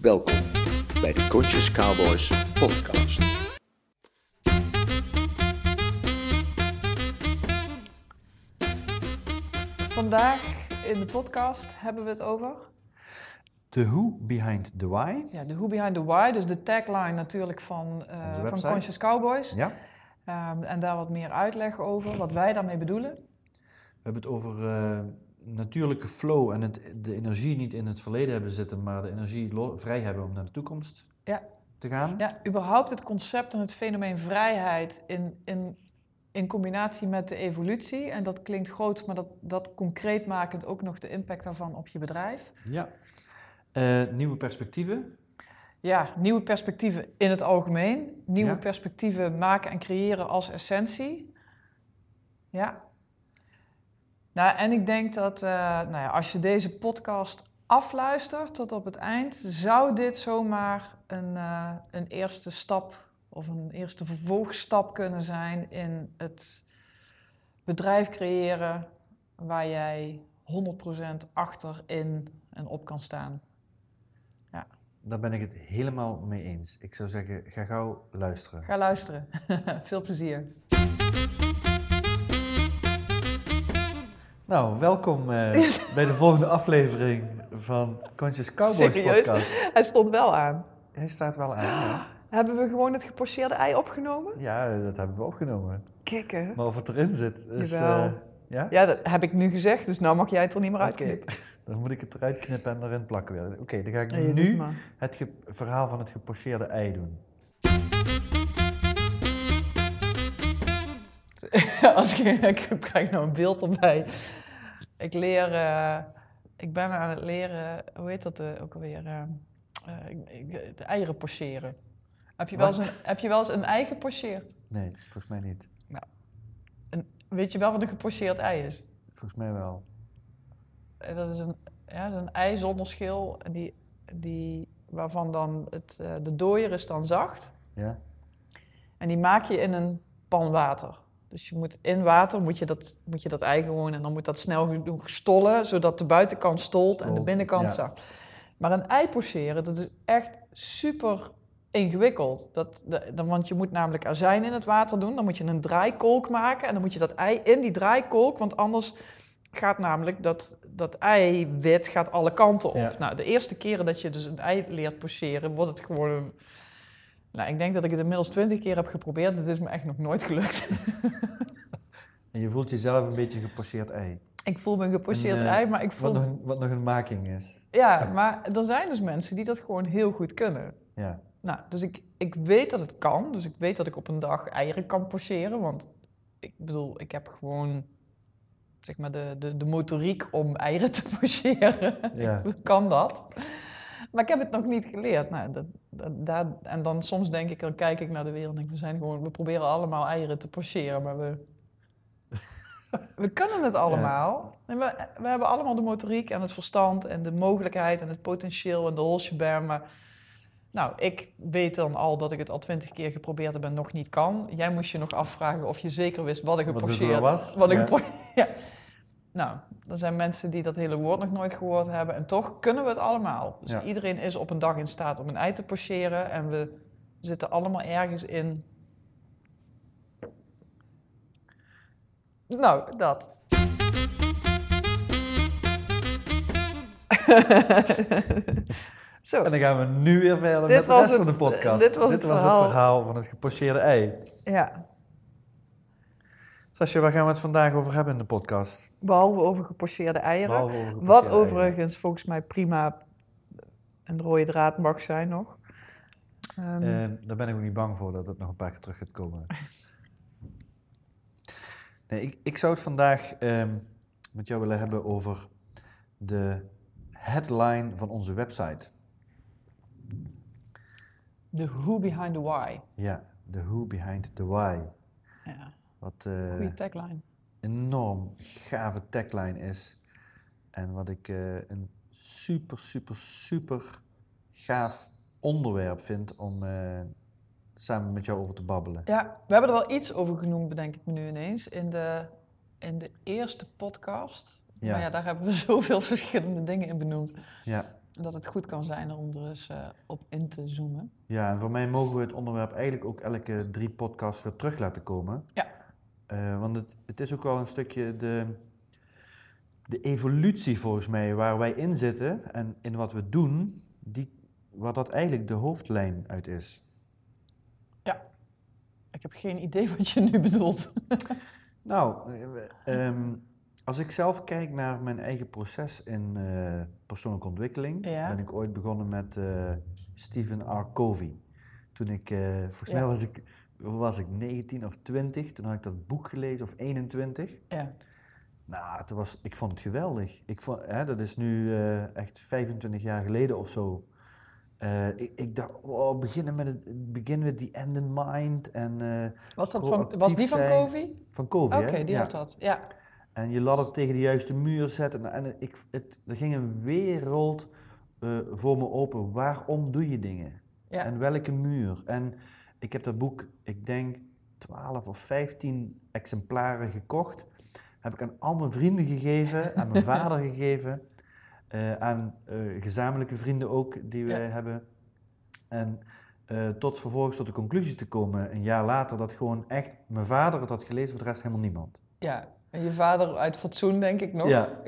Welkom bij de Conscious Cowboys podcast. Vandaag in de podcast hebben we het over... The who behind the why. Ja, de who behind the why, dus de tagline natuurlijk van Conscious Cowboys. Ja. En daar wat meer uitleg over, wat wij daarmee bedoelen. We hebben het over natuurlijke flow en de energie niet in het verleden hebben zitten, maar de energie vrij hebben om naar de toekomst te gaan. Ja, überhaupt het concept en het fenomeen vrijheid in combinatie met de evolutie. En dat klinkt groot, maar dat concreet makend ook nog de impact daarvan op je bedrijf. Ja. Nieuwe perspectieven. Ja, nieuwe perspectieven in het algemeen. Nieuwe perspectieven maken en creëren als essentie. Ja. Nou, en ik denk dat als je deze podcast afluistert tot op het eind, zou dit zomaar een eerste stap of een eerste vervolgstap kunnen zijn in het bedrijf creëren waar jij 100% achter in en op kan staan. Ja. Daar ben ik het helemaal mee eens. Ik zou zeggen, ga gauw luisteren. Ga luisteren. Veel plezier. Nou, welkom bij de volgende aflevering van Conscious Cowboys Serieus? podcast. Hij stond wel aan. Hij staat wel aan, ja. Hebben we gewoon het gepocheerde ei opgenomen? Ja, dat hebben we opgenomen. Kikken. Maar of het erin zit, is... Jawel. Ja? Ja, dat heb ik nu gezegd, dus nou mag jij het er niet meer uitknippen. Oké, dan moet ik het eruit knippen en erin plakken weer. Oké, dan ga ik Ja, je doet nu maar. het verhaal van het gepocheerde ei doen. Ik krijg nou een beeld erbij. Ik ben aan het leren, hoe heet dat ook alweer? De eieren pocheren. Heb je wel eens een ei gepocheerd? Nee, volgens mij niet. Nou, weet je wel wat een gepocheerd ei is? Volgens mij wel. Dat is een ei zonder schil, waarvan dan de dooier is dan zacht. Ja? En die maak je in een pan water. Dus je moet in water moet je dat ei gewoon, en dan moet dat snel genoeg stollen, zodat de buitenkant stolt en de binnenkant zacht. Maar een ei pocheren, dat is echt super ingewikkeld. Want je moet namelijk azijn in het water doen, dan moet je een draaikolk maken en dan moet je dat ei in die draaikolk, want anders gaat namelijk dat eiwit gaat alle kanten op. Ja. Nou, de eerste keren dat je dus een ei leert pocheren, wordt het gewoon Nou, ik denk dat ik het inmiddels 20 keer heb geprobeerd. Het is me echt nog nooit gelukt. En je voelt jezelf een beetje een gepocheerd ei. Ik voel me een gepocheerd ei, maar ik voel... Wat nog een making is. Ja, maar er zijn dus mensen die dat gewoon heel goed kunnen. Ja. Nou, dus ik weet dat het kan. Dus ik weet dat ik op een dag eieren kan pocheren. Want ik heb gewoon, zeg maar, de motoriek om eieren te pocheren. Ja. Kan dat. Maar ik heb het nog niet geleerd. Nou, en dan soms kijk ik naar de wereld en denk we proberen allemaal eieren te pocheren, maar we kunnen het allemaal. Ja. En we hebben allemaal de motoriek en het verstand en de mogelijkheid en het potentieel en de whole shebang. Maar nou, ik weet dan al dat ik het al 20 keer geprobeerd heb en nog niet kan. Jij moest je nog afvragen of je zeker wist wat ik gepocheerd was. Ja. Nou, er zijn mensen die dat hele woord nog nooit gehoord hebben en toch kunnen we het allemaal. Dus iedereen is op een dag in staat om een ei te pocheren en we zitten allemaal ergens in. Nou, dat. Zo. En dan gaan we nu weer verder met de rest van de podcast. Dit was het verhaal van het gepocheerde ei. Ja. Sascha, waar gaan we het vandaag over hebben in de podcast? Behalve over gepocheerde eieren. Wat overigens volgens mij prima een rode draad mag zijn nog. Daar ben ik ook niet bang voor dat het nog een paar keer terug gaat komen. Nee, ik zou het vandaag met jou willen hebben over de headline van onze website. The who behind the why. Ja, the who behind the why. Ja. Wat goede tagline. Enorm gave tagline is. En wat ik een super gaaf onderwerp vind om samen met jou over te babbelen. Ja, we hebben er wel iets over genoemd, bedenk ik me nu ineens, in de eerste podcast. Ja. Maar ja, daar hebben we zoveel verschillende dingen in benoemd. Ja. Dat het goed kan zijn om er eens op in te zoomen. Ja, en voor mij mogen we het onderwerp eigenlijk ook elke 3 podcasts weer terug laten komen. Ja. Want het is ook wel een stukje de evolutie volgens mij waar wij in zitten en in wat we doen, wat dat eigenlijk de hoofdlijn uit is. Ja, ik heb geen idee wat je nu bedoelt. Nou, als ik zelf kijk naar mijn eigen proces in persoonlijke ontwikkeling, ben ik ooit begonnen met Stephen R. Covey. Toen ik, volgens mij was ik 19 of 20, toen had ik dat boek gelezen, of 21. Ja. Nou, ik vond het geweldig. Dat is nu echt 25 jaar geleden of zo. Ik dacht, beginnen met het begin met the end in mind. En, was die van Covey? Van Covey, Oké, die had dat, ja. En je ladder tegen de juiste muur zetten. Er ging een wereld voor me open. Waarom doe je dingen? Ja. En welke muur? En ik heb dat boek, ik denk 12 of 15 exemplaren gekocht. Heb ik aan al mijn vrienden gegeven, aan mijn vader gegeven. Aan gezamenlijke vrienden ook, die we hebben. En tot vervolgens tot de conclusie te komen, een jaar later, dat gewoon echt mijn vader het had gelezen, voor de rest helemaal niemand. Ja, en je vader uit fatsoen, denk ik nog? Ja.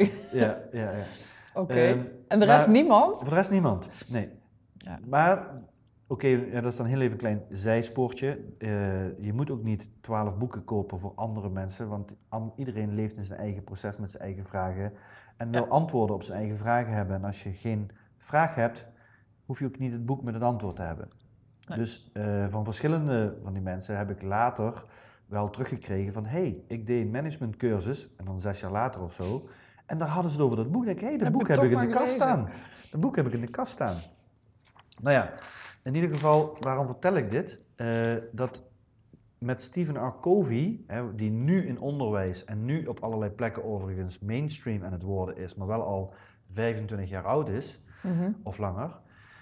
Oké. En de rest niemand? Voor de rest niemand, nee. Ja. Maar, dat is dan heel even een klein zijspoortje. Je moet ook niet 12 boeken kopen voor andere mensen, want iedereen leeft in zijn eigen proces met zijn eigen vragen en wil antwoorden op zijn eigen vragen hebben. En als je geen vraag hebt, hoef je ook niet het boek met het antwoord te hebben. Nee. Dus van verschillende van die mensen heb ik later wel teruggekregen van, ik deed een managementcursus, en dan 6 jaar later of zo, en daar hadden ze het over dat boek. En ik dat boek heb ik in de kast staan. Dat boek heb ik in de kast staan. Nou ja, in ieder geval, waarom vertel ik dit? Dat met Stephen R. Covey, die nu in onderwijs en nu op allerlei plekken overigens mainstream aan het worden is, maar wel al 25 jaar oud is, of langer,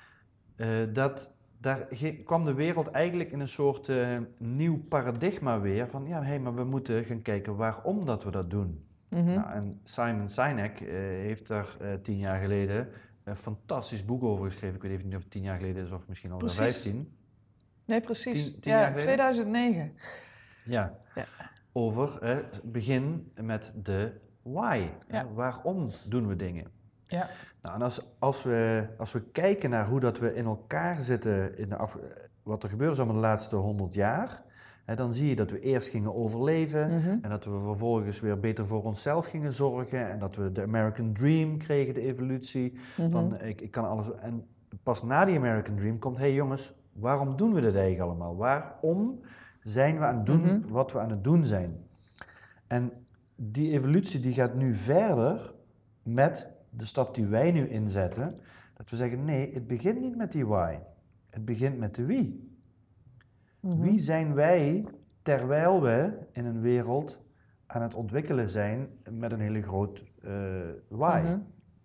daar kwam de wereld eigenlijk in een soort nieuw paradigma weer van, maar we moeten gaan kijken waarom dat we dat doen. Nou, en Simon Sinek heeft daar 10 jaar geleden een fantastisch boek over geschreven. Ik weet even niet of het 10 jaar geleden is of misschien al 15. Nee, precies. 10 jaar geleden? 2009. Ja. Over begin met de why. Ja. Waarom doen we dingen? Ja. Nou, en als we kijken naar hoe dat we in elkaar zitten, wat er gebeurd is allemaal de laatste 100 jaar, dan zie je dat we eerst gingen overleven en dat we vervolgens weer beter voor onszelf gingen zorgen en dat we de American Dream kregen, de evolutie van ik kan alles. En pas na die American Dream komt, jongens, waarom doen we dit eigenlijk allemaal? Waarom zijn we aan het doen wat we aan het doen zijn? En die evolutie die gaat nu verder met de stap die wij nu inzetten, dat we zeggen, nee, het begint niet met die why. Het begint met de wie. Wie zijn wij terwijl we in een wereld aan het ontwikkelen zijn met een hele groot why?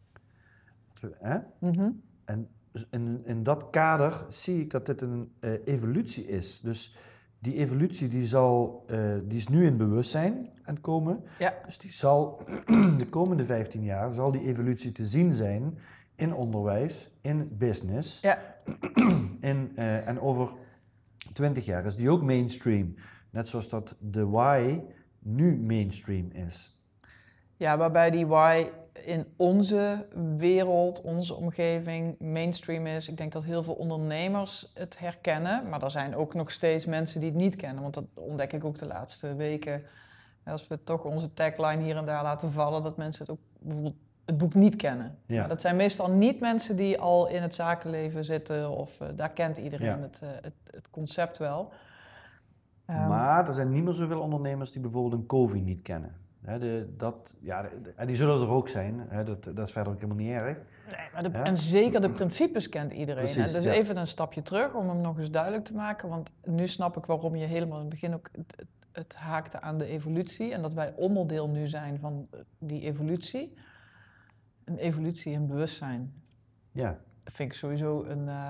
En in dat kader zie ik dat dit een evolutie is. Dus die evolutie die is nu in bewustzijn aan het komen. Ja. Dus die zal de komende 15 jaar zal die evolutie te zien zijn in onderwijs, in business. Ja. En over 20 jaar is die ook mainstream. Net zoals dat de why nu mainstream is. Ja, waarbij die why in onze wereld, onze omgeving mainstream is. Ik denk dat heel veel ondernemers het herkennen. Maar er zijn ook nog steeds mensen die het niet kennen. Want dat ontdek ik ook de laatste weken. Als we toch onze tagline hier en daar laten vallen, dat mensen het ook bijvoorbeeld het boek niet kennen. Ja. Maar dat zijn meestal niet mensen die al in het zakenleven zitten. Of daar kent iedereen het concept wel. Maar er zijn niet meer zoveel ondernemers die bijvoorbeeld een Covey niet kennen. En die zullen er ook zijn, dat is verder ook helemaal niet erg. Nee, maar en zeker de principes kent iedereen. Precies, dus even een stapje terug om hem nog eens duidelijk te maken. Want nu snap ik waarom je helemaal in het begin ook het haakte aan de evolutie. En dat wij onderdeel nu zijn van die evolutie. Een evolutie in bewustzijn. Ja. Dat vind ik sowieso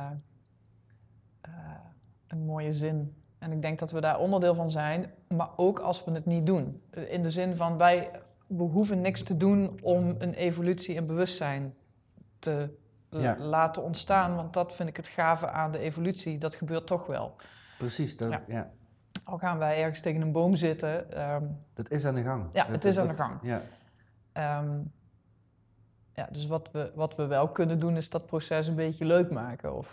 een mooie zin. En ik denk dat we daar onderdeel van zijn, maar ook als we het niet doen. In de zin van, we hoeven niks te doen om een evolutie in bewustzijn te laten ontstaan. Want dat vind ik het gave aan de evolutie. Dat gebeurt toch wel. Precies, ja. Al gaan wij ergens tegen een boom zitten. Dat is aan de gang. Ja, het is aan de gang. Ja. Dus wat we wel kunnen doen is dat proces een beetje leuk maken.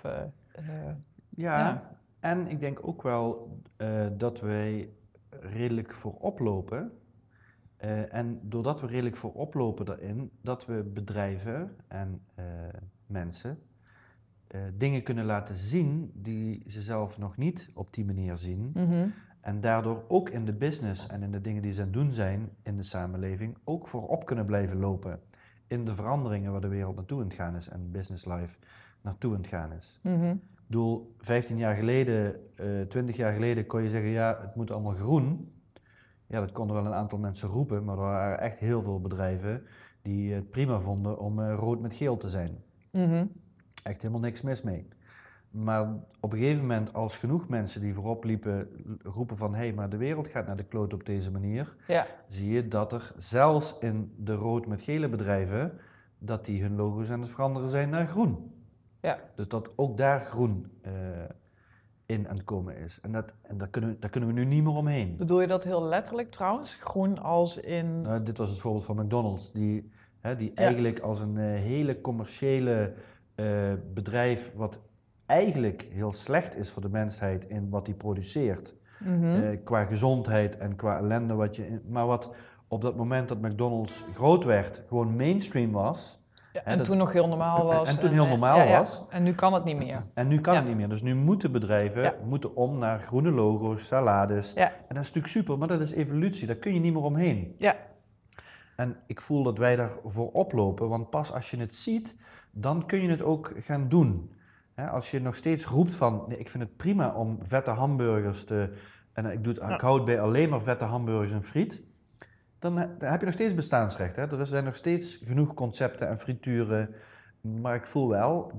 En ik denk ook wel dat wij redelijk voorop lopen. En doordat we redelijk voorop lopen daarin, dat we bedrijven en mensen dingen kunnen laten zien die ze zelf nog niet op die manier zien. Mm-hmm. En daardoor ook in de business en in de dingen die ze aan het doen zijn in de samenleving ook voorop kunnen blijven lopen. In de veranderingen waar de wereld naartoe aan het gaan is en business life naartoe aan het gaan is. Mm-hmm. Ik bedoel, 15 jaar geleden, 20 jaar geleden kon je zeggen, ja, het moet allemaal groen. Ja, dat konden wel een aantal mensen roepen, maar er waren echt heel veel bedrijven die het prima vonden om rood met geel te zijn. Mm-hmm. Echt helemaal niks mis mee. Maar op een gegeven moment, als genoeg mensen die voorop liepen roepen van hé, maar de wereld gaat naar de kloot op deze manier, zie je dat er zelfs in de rood met gele bedrijven, dat die hun logo's aan het veranderen zijn naar groen. Ja. Dus dat ook daar groen in aan het komen is. En daar kunnen we nu niet meer omheen. Bedoel je dat heel letterlijk trouwens? Groen als in... Nou, dit was het voorbeeld van McDonald's, die eigenlijk als een hele commerciële bedrijf, wat eigenlijk heel slecht is voor de mensheid in wat hij produceert. Mm-hmm. Qua gezondheid en qua ellende. Maar wat op dat moment dat McDonald's groot werd, gewoon mainstream was. Ja, en toen nog heel normaal was. En toen heel normaal was. En nu kan het niet meer. En nu kan het niet meer. Dus nu moeten bedrijven om naar groene logo's, salades. Ja. En dat is natuurlijk super, maar dat is evolutie. Daar kun je niet meer omheen. Ja. En ik voel dat wij daarvoor oplopen, want pas als je het ziet, dan kun je het ook gaan doen. Als je nog steeds roept van, nee, ik vind het prima om vette hamburgers ik houd bij alleen maar vette hamburgers en friet, dan heb je nog steeds bestaansrecht. Hè? Er zijn nog steeds genoeg concepten en frituren, maar ik voel wel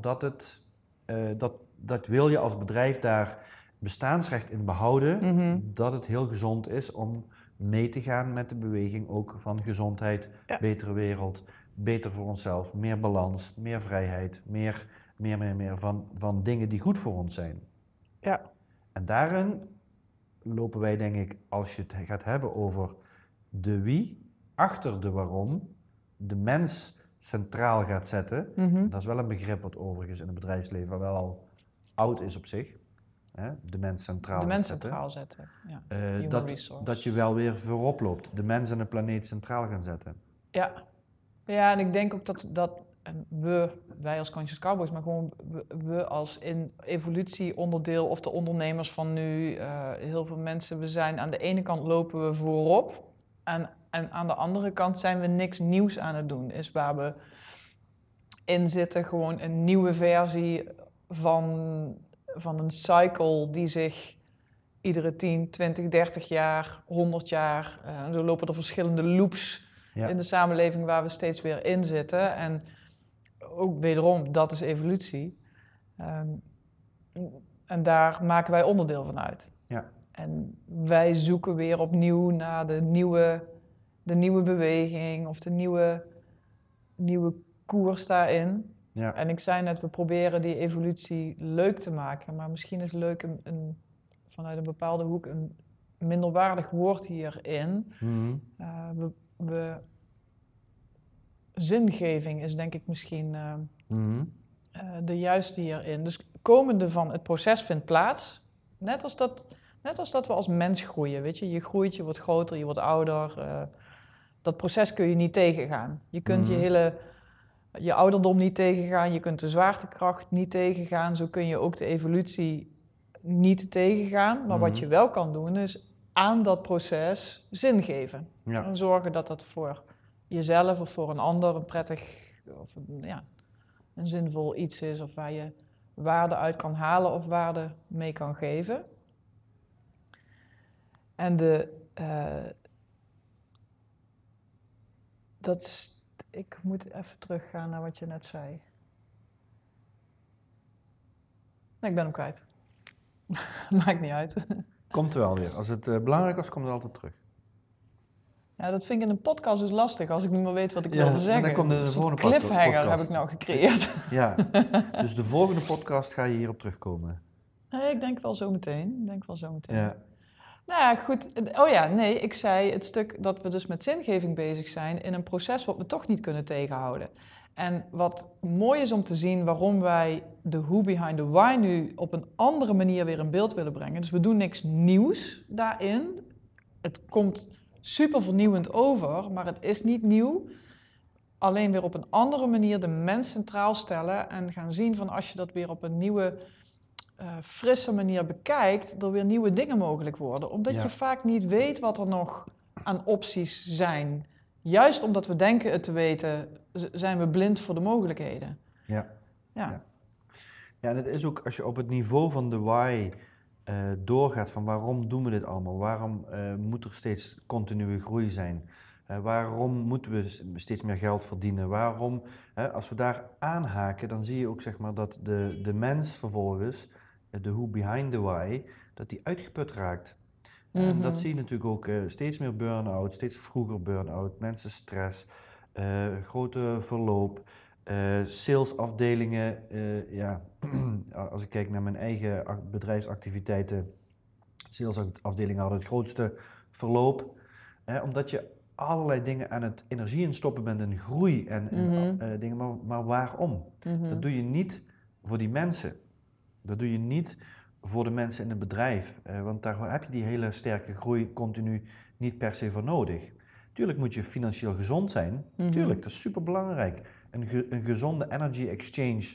dat wil je als bedrijf daar bestaansrecht in behouden, Mm-hmm. dat het heel gezond is om mee te gaan met de beweging ook van gezondheid, betere wereld, beter voor onszelf, meer balans, meer vrijheid, meer van dingen die goed voor ons zijn. Ja. En daarin lopen wij, denk ik, als je het gaat hebben over de wie, achter de waarom, de mens centraal gaat zetten. Mm-hmm. Dat is wel een begrip wat overigens in het bedrijfsleven wel al oud is op zich. De mens centraal zetten. Ja. Dat je wel weer voorop loopt. De mens en de planeet centraal gaan zetten. Ja, en ik denk ook dat wij als Conscious Cowboys, maar gewoon we als in evolutieonderdeel of de ondernemers van nu, heel veel mensen, we zijn aan de ene kant lopen we voorop en aan de andere kant zijn we niks nieuws aan het doen. Is waar we in zitten gewoon een nieuwe versie van een cycle die zich iedere 10, 20, 30 jaar, 100 jaar, zo lopen er verschillende loops in de samenleving waar we steeds weer in zitten. En ook wederom, dat is evolutie. En daar maken wij onderdeel van uit. Ja. En wij zoeken weer opnieuw naar de nieuwe beweging of de nieuwe koers daarin. Ja. En ik zei net, we proberen die evolutie leuk te maken. Maar misschien is leuk vanuit een bepaalde hoek een minderwaardig woord hierin. Mm-hmm. Zingeving is denk ik misschien de juiste hierin. Dus komende van het proces vindt plaats. Net als dat we als mens groeien. Weet je groeit, je wordt groter, je wordt ouder. Dat proces kun je niet tegengaan. Je kunt je ouderdom niet tegengaan. Je kunt de zwaartekracht niet tegengaan. Zo kun je ook de evolutie niet tegengaan. Maar wat je wel kan doen is aan dat proces zin geven. Ja. En zorgen dat dat voor jezelf of voor een ander een prettig of een zinvol iets is. Of waar je waarde uit kan halen of waarde mee kan geven. En ik moet even teruggaan naar wat je net zei. Nee, ik ben hem kwijt. Maakt niet uit. Komt er wel weer. Als het belangrijk was, komt het altijd terug. Ja, dat vind ik in een podcast dus lastig als ik niet meer weet wat ik wilde zeggen. Dan komt de volgende cliffhanger podcast. heb ik nou gecreëerd. Ja, dus de volgende podcast ga je hierop terugkomen. Nee, ik denk wel zo meteen. Ja. Nou ja, goed. Ik zei het stuk dat we dus met zingeving bezig zijn in een proces wat we toch niet kunnen tegenhouden. En wat mooi is om te zien waarom wij de who behind the why nu op een andere manier weer in beeld willen brengen. Dus we doen niks nieuws daarin. Het komt super vernieuwend over, maar het is niet nieuw. Alleen weer op een andere manier de mens centraal stellen en gaan zien van als je dat weer op een nieuwe, frisse manier bekijkt, er weer nieuwe dingen mogelijk worden. Omdat je vaak niet weet wat er nog aan opties zijn. Juist omdat we denken het te weten, zijn we blind voor de mogelijkheden. Ja, en het is ook als je op het niveau van de why doorgaat van waarom doen we dit allemaal? Waarom moet er steeds continue groei zijn? Waarom moeten we steeds meer geld verdienen? Waarom, als we daar aanhaken, dan zie je ook zeg maar, dat de mens vervolgens, de who behind the why, dat die uitgeput raakt. Mm-hmm. En dat zie je natuurlijk ook steeds meer burn-out, steeds vroeger burn-out, mensen stress, grote verloop, salesafdelingen. Als ik kijk naar mijn eigen bedrijfsactiviteiten, salesafdelingen hadden het grootste verloop, omdat je allerlei dingen aan het energie instoppen bent in groei en dingen, maar waarom? Mm-hmm. Dat doe je niet voor die mensen. Dat doe je niet voor de mensen in het bedrijf, want daar heb je die hele sterke groei continu niet per se voor nodig. Tuurlijk moet je financieel gezond zijn, tuurlijk, dat is super belangrijk. Een gezonde energy exchange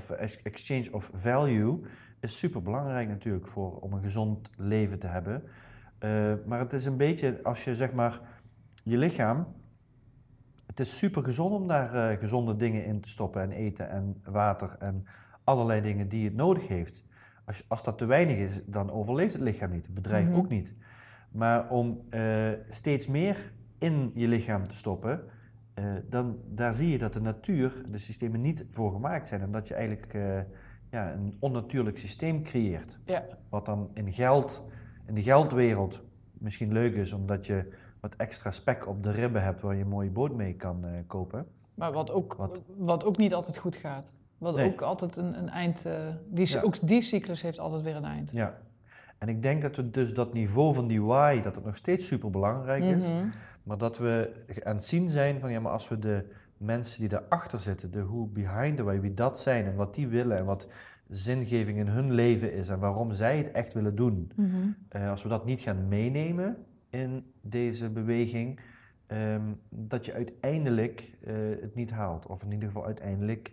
of value is super belangrijk natuurlijk om een gezond leven te hebben. Maar het is een beetje als je zeg maar je lichaam, het is super gezond om daar gezonde dingen in te stoppen en eten en water en allerlei dingen die het nodig heeft. Als dat te weinig is, dan overleeft het lichaam niet, het bedrijf ook niet. Maar om steeds meer in je lichaam te stoppen, daar zie je dat de natuur, de systemen niet voor gemaakt zijn. En dat je eigenlijk een onnatuurlijk systeem creëert. Ja. Wat dan in de geldwereld misschien leuk is, omdat je wat extra spek op de ribben hebt waar je een mooie boot mee kan kopen. Maar wat ook niet altijd goed gaat. Wat ook altijd een eind... Ook die cyclus heeft altijd weer een eind. Ja. En ik denk dat we dus dat niveau van die why, dat het nog steeds super belangrijk is. Maar dat we aan het zien zijn van, maar als we de mensen die daarachter zitten, de who behind the why, wie dat zijn en wat die willen en wat zingeving in hun leven is en waarom zij het echt willen doen. Als we dat niet gaan meenemen in deze beweging, dat je uiteindelijk het niet haalt. Of in ieder geval uiteindelijk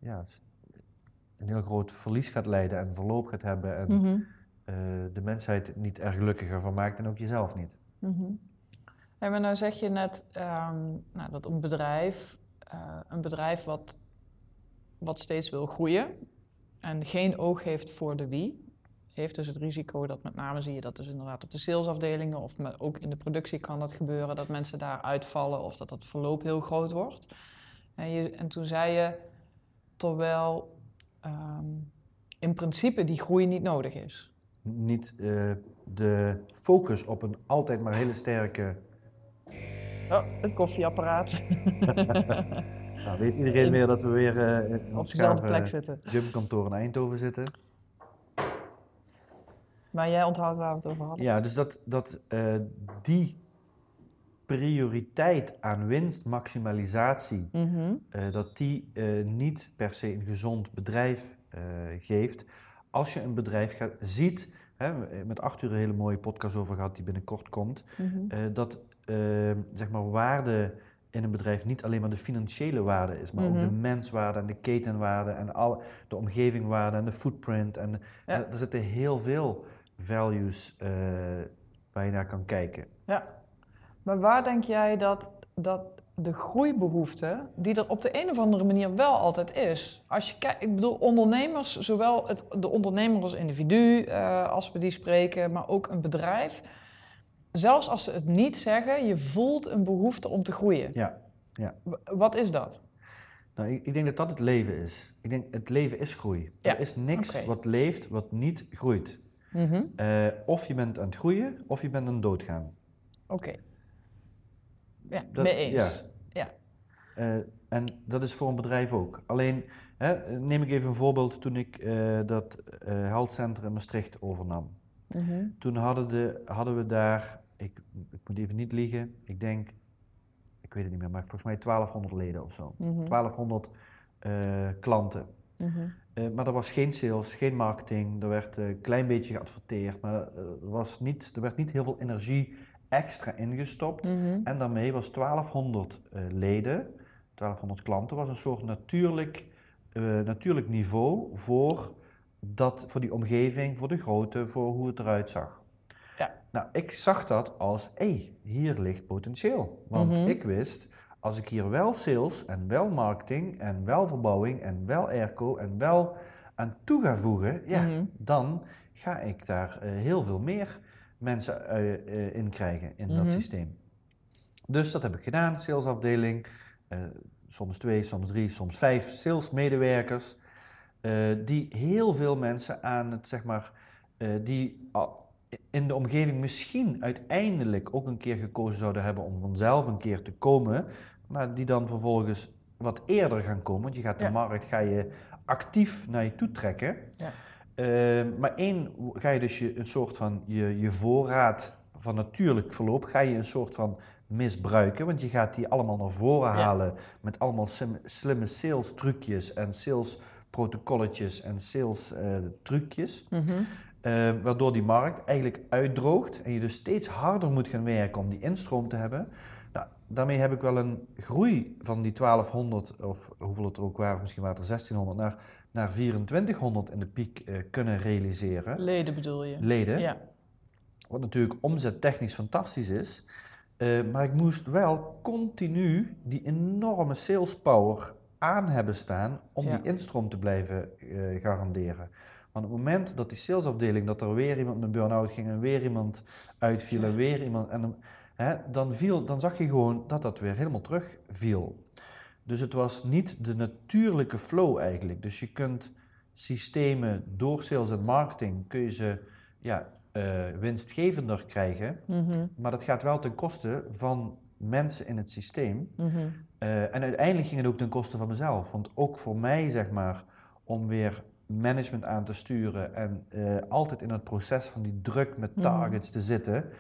een heel groot verlies gaat leiden en verloop gaat hebben en de mensheid niet er gelukkiger van maakt en ook jezelf niet. Nee, maar nou zeg je net dat een bedrijf wat steeds wil groeien en geen oog heeft voor de wie, heeft dus het risico dat met name zie je dat dus inderdaad op de salesafdelingen of ook in de productie kan dat gebeuren, dat mensen daar uitvallen of dat verloop heel groot wordt. En toen zei je, terwijl in principe die groei niet nodig is. Niet de focus op een altijd maar hele sterke... Oh, het koffieapparaat. Nou, weet iedereen weer dat we weer op dezelfde plek zitten. Gymkantoor in Eindhoven zitten. Maar jij onthoudt waar we het over hadden. Ja, dus dat die prioriteit aan winstmaximalisatie, dat die niet per se een gezond bedrijf geeft. Als je een bedrijf ziet, met Arthur een hele mooie podcast over gehad die binnenkort komt, dat zeg maar waarde in een bedrijf niet alleen maar de financiële waarde is, maar ook de menswaarde en de ketenwaarde en de omgevingwaarde en de footprint. En er zitten heel veel values waar je naar kan kijken. Ja. Maar waar denk jij dat de groeibehoefte, die er op de een of andere manier wel altijd is. Als je kijkt, ik bedoel ondernemers, zowel de ondernemer als individu, als we die spreken, maar ook een bedrijf. Zelfs als ze het niet zeggen, je voelt een behoefte om te groeien. Ja. Wat is dat? Nou, ik denk dat dat het leven is. Ik denk, het leven is groei. Ja. Er is niks wat leeft, wat niet groeit. Of je bent aan het groeien, of je bent aan het doodgaan. Oké. mee eens. Ja. En dat is voor een bedrijf ook. Alleen, neem ik even een voorbeeld toen ik dat health center in Maastricht overnam. Mm-hmm. Toen hadden we daar, ik moet even niet liegen, ik weet het niet meer, maar volgens mij 1200 leden of zo. Mm-hmm. 1200 klanten. Mm-hmm. Maar er was geen sales, geen marketing, er werd een klein beetje geadverteerd, maar er werd niet heel veel energie extra ingestopt. Mm-hmm. En daarmee was 1200 leden, 1200 klanten, was een soort natuurlijk niveau voor die omgeving, voor de grootte, voor hoe het eruit zag. Ja. Nou, ik zag dat als, hier ligt potentieel. Want ik wist, als ik hier wel sales en wel marketing en wel verbouwing en wel airco en wel aan toe ga voegen, dan ga ik daar heel veel meer mensen in krijgen in dat systeem. Dus dat heb ik gedaan, salesafdeling, soms 2, soms 3, soms 5 salesmedewerkers, die heel veel mensen aan het, zeg maar, die in de omgeving misschien uiteindelijk ook een keer gekozen zouden hebben om vanzelf een keer te komen, maar die dan vervolgens wat eerder gaan komen, want je gaat de markt actief naar je toe trekken. Ja. Maar ga je dus een soort van je voorraad van natuurlijk verloop, ga je een soort van misbruiken, want je gaat die allemaal naar voren halen met allemaal slimme sales trucjes en sales protocolletjes en sales trucjes. Mm-hmm. Waardoor die markt eigenlijk uitdroogt en je dus steeds harder moet gaan werken om die instroom te hebben. Nou, daarmee heb ik wel een groei van die 1200, of hoeveel het er ook waren, misschien waren het er 1600, naar 2400 in de piek kunnen realiseren. Leden bedoel je? Leden. Ja. Wat natuurlijk omzettechnisch fantastisch is. Maar ik moest wel continu die enorme sales power aan hebben staan om die instroom te blijven garanderen. Want op het moment dat die salesafdeling, dat er weer iemand met burn-out ging en weer iemand uitviel en weer iemand, dan zag je gewoon dat weer helemaal terugviel. Dus het was niet de natuurlijke flow eigenlijk. Dus je kunt systemen door sales en marketing, kun je ze winstgevender krijgen, maar dat gaat wel ten koste van mensen in het systeem. Mm-hmm. En uiteindelijk ging het ook ten koste van mezelf. Want ook voor mij, zeg maar, om weer management aan te sturen en altijd in het proces van die druk met targets te zitten,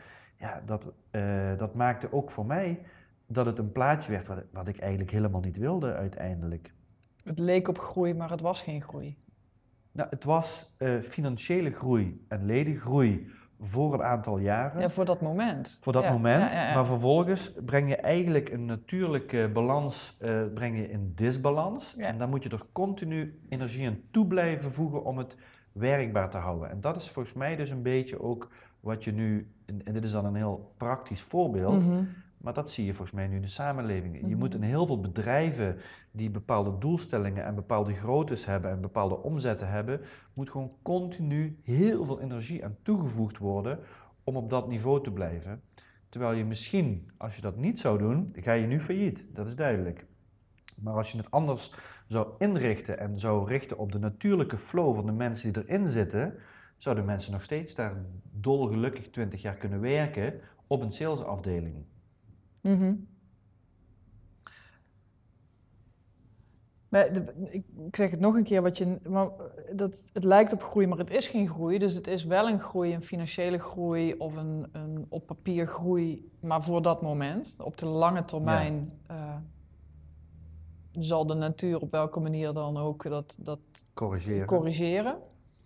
dat maakte ook voor mij dat het een plaatje werd wat ik eigenlijk helemaal niet wilde uiteindelijk. Het leek op groei, maar het was geen groei. Nou, het was financiële groei en ledengroei voor een aantal jaren. Ja, voor dat moment. Voor dat moment, maar vervolgens breng je eigenlijk een natuurlijke balans in disbalans. Ja. En dan moet je er continu energie aan toe blijven voegen om het werkbaar te houden. En dat is volgens mij dus een beetje ook wat je nu, en dit is dan een heel praktisch voorbeeld, maar dat zie je volgens mij nu in de samenleving. Je moet in heel veel bedrijven die bepaalde doelstellingen en bepaalde groottes hebben en bepaalde omzetten hebben, moet gewoon continu heel veel energie aan toegevoegd worden om op dat niveau te blijven. Terwijl je misschien, als je dat niet zou doen, ga je nu failliet. Dat is duidelijk. Maar als je het anders zou inrichten en zou richten op de natuurlijke flow van de mensen die erin zitten, zouden mensen nog steeds daar dolgelukkig 20 jaar kunnen werken op een salesafdeling. Mm-hmm. Maar ik zeg het nog een keer, het lijkt op groei, maar het is geen groei. Dus het is wel een groei, een financiële groei of een op papier groei, maar voor dat moment. Op de lange termijn zal de natuur op welke manier dan ook dat corrigeren.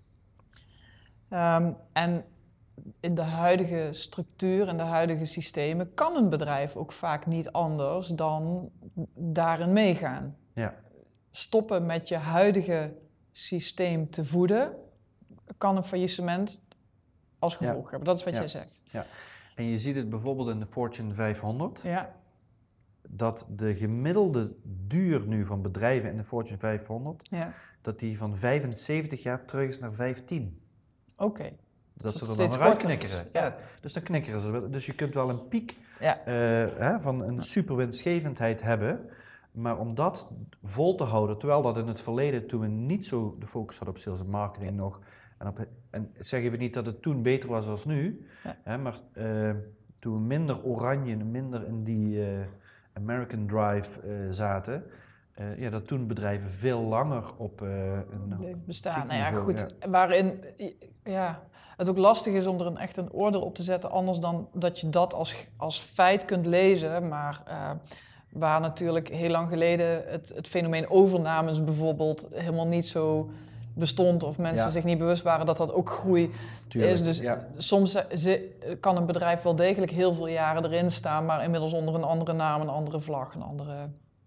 En in de huidige structuur en de huidige systemen kan een bedrijf ook vaak niet anders dan daarin meegaan. Ja. Stoppen met je huidige systeem te voeden kan een faillissement als gevolg hebben. Dat is wat jij zegt. Ja. En je ziet het bijvoorbeeld in de Fortune 500. Ja. Dat de gemiddelde duur nu van bedrijven in de Fortune 500, dat die van 75 jaar terug is naar 15. Oké. Dat ze er dan eruit knikkeren. Ja, dus dan knikkeren ze. Dus je kunt wel een piek van een super winstgevendheid hebben. Maar om dat vol te houden, terwijl dat in het verleden, toen we niet zo de focus hadden op sales en marketing nog. En ik zeg even niet dat het toen beter was als nu. Ja. Maar toen we minder oranje en minder in die American Drive zaten, dat toen bedrijven veel langer op een bestaan. Nou ja, goed. Ja. Waarin het ook lastig is om er echt een order op te zetten, anders dan dat je dat als feit kunt lezen, maar waar natuurlijk heel lang geleden het fenomeen overnames bijvoorbeeld helemaal niet zo bestond of mensen zich niet bewust waren dat dat ook groei is. Dus soms kan een bedrijf wel degelijk heel veel jaren erin staan, maar inmiddels onder een andere naam, een andere vlag, een ander.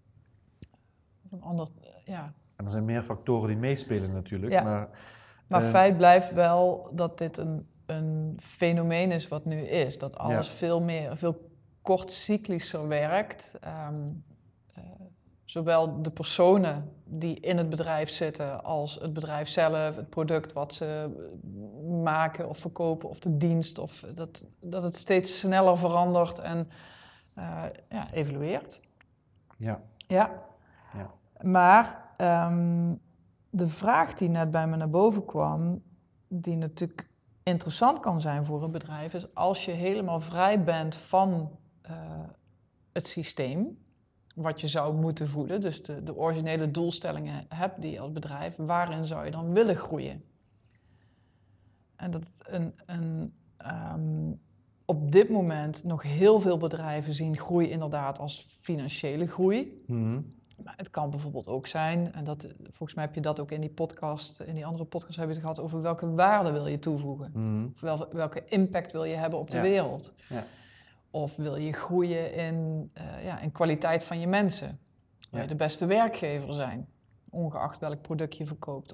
En er zijn meer factoren die meespelen natuurlijk. Maar feit blijft wel dat dit een fenomeen is wat nu is. Dat alles veel kortcyclischer werkt. Zowel de personen die in het bedrijf zitten als het bedrijf zelf, het product wat ze maken of verkopen of de dienst. Of dat het steeds sneller verandert en evolueert. Ja. Maar de vraag die net bij me naar boven kwam, die natuurlijk interessant kan zijn voor een bedrijf, is als je helemaal vrij bent van het systeem, wat je zou moeten voeden, dus de originele doelstellingen hebt die je als bedrijf, waarin zou je dan willen groeien? En dat op dit moment nog heel veel bedrijven zien groei inderdaad als financiële groei. Mm-hmm. Maar het kan bijvoorbeeld ook zijn, en volgens mij heb je dat ook in die podcast, in die andere podcast heb je het gehad over welke waarde wil je toevoegen. Mm-hmm. Of welke impact wil je hebben op de wereld. Ja. Of wil je groeien in kwaliteit van je mensen. Wil je de beste werkgever zijn, ongeacht welk product je verkoopt.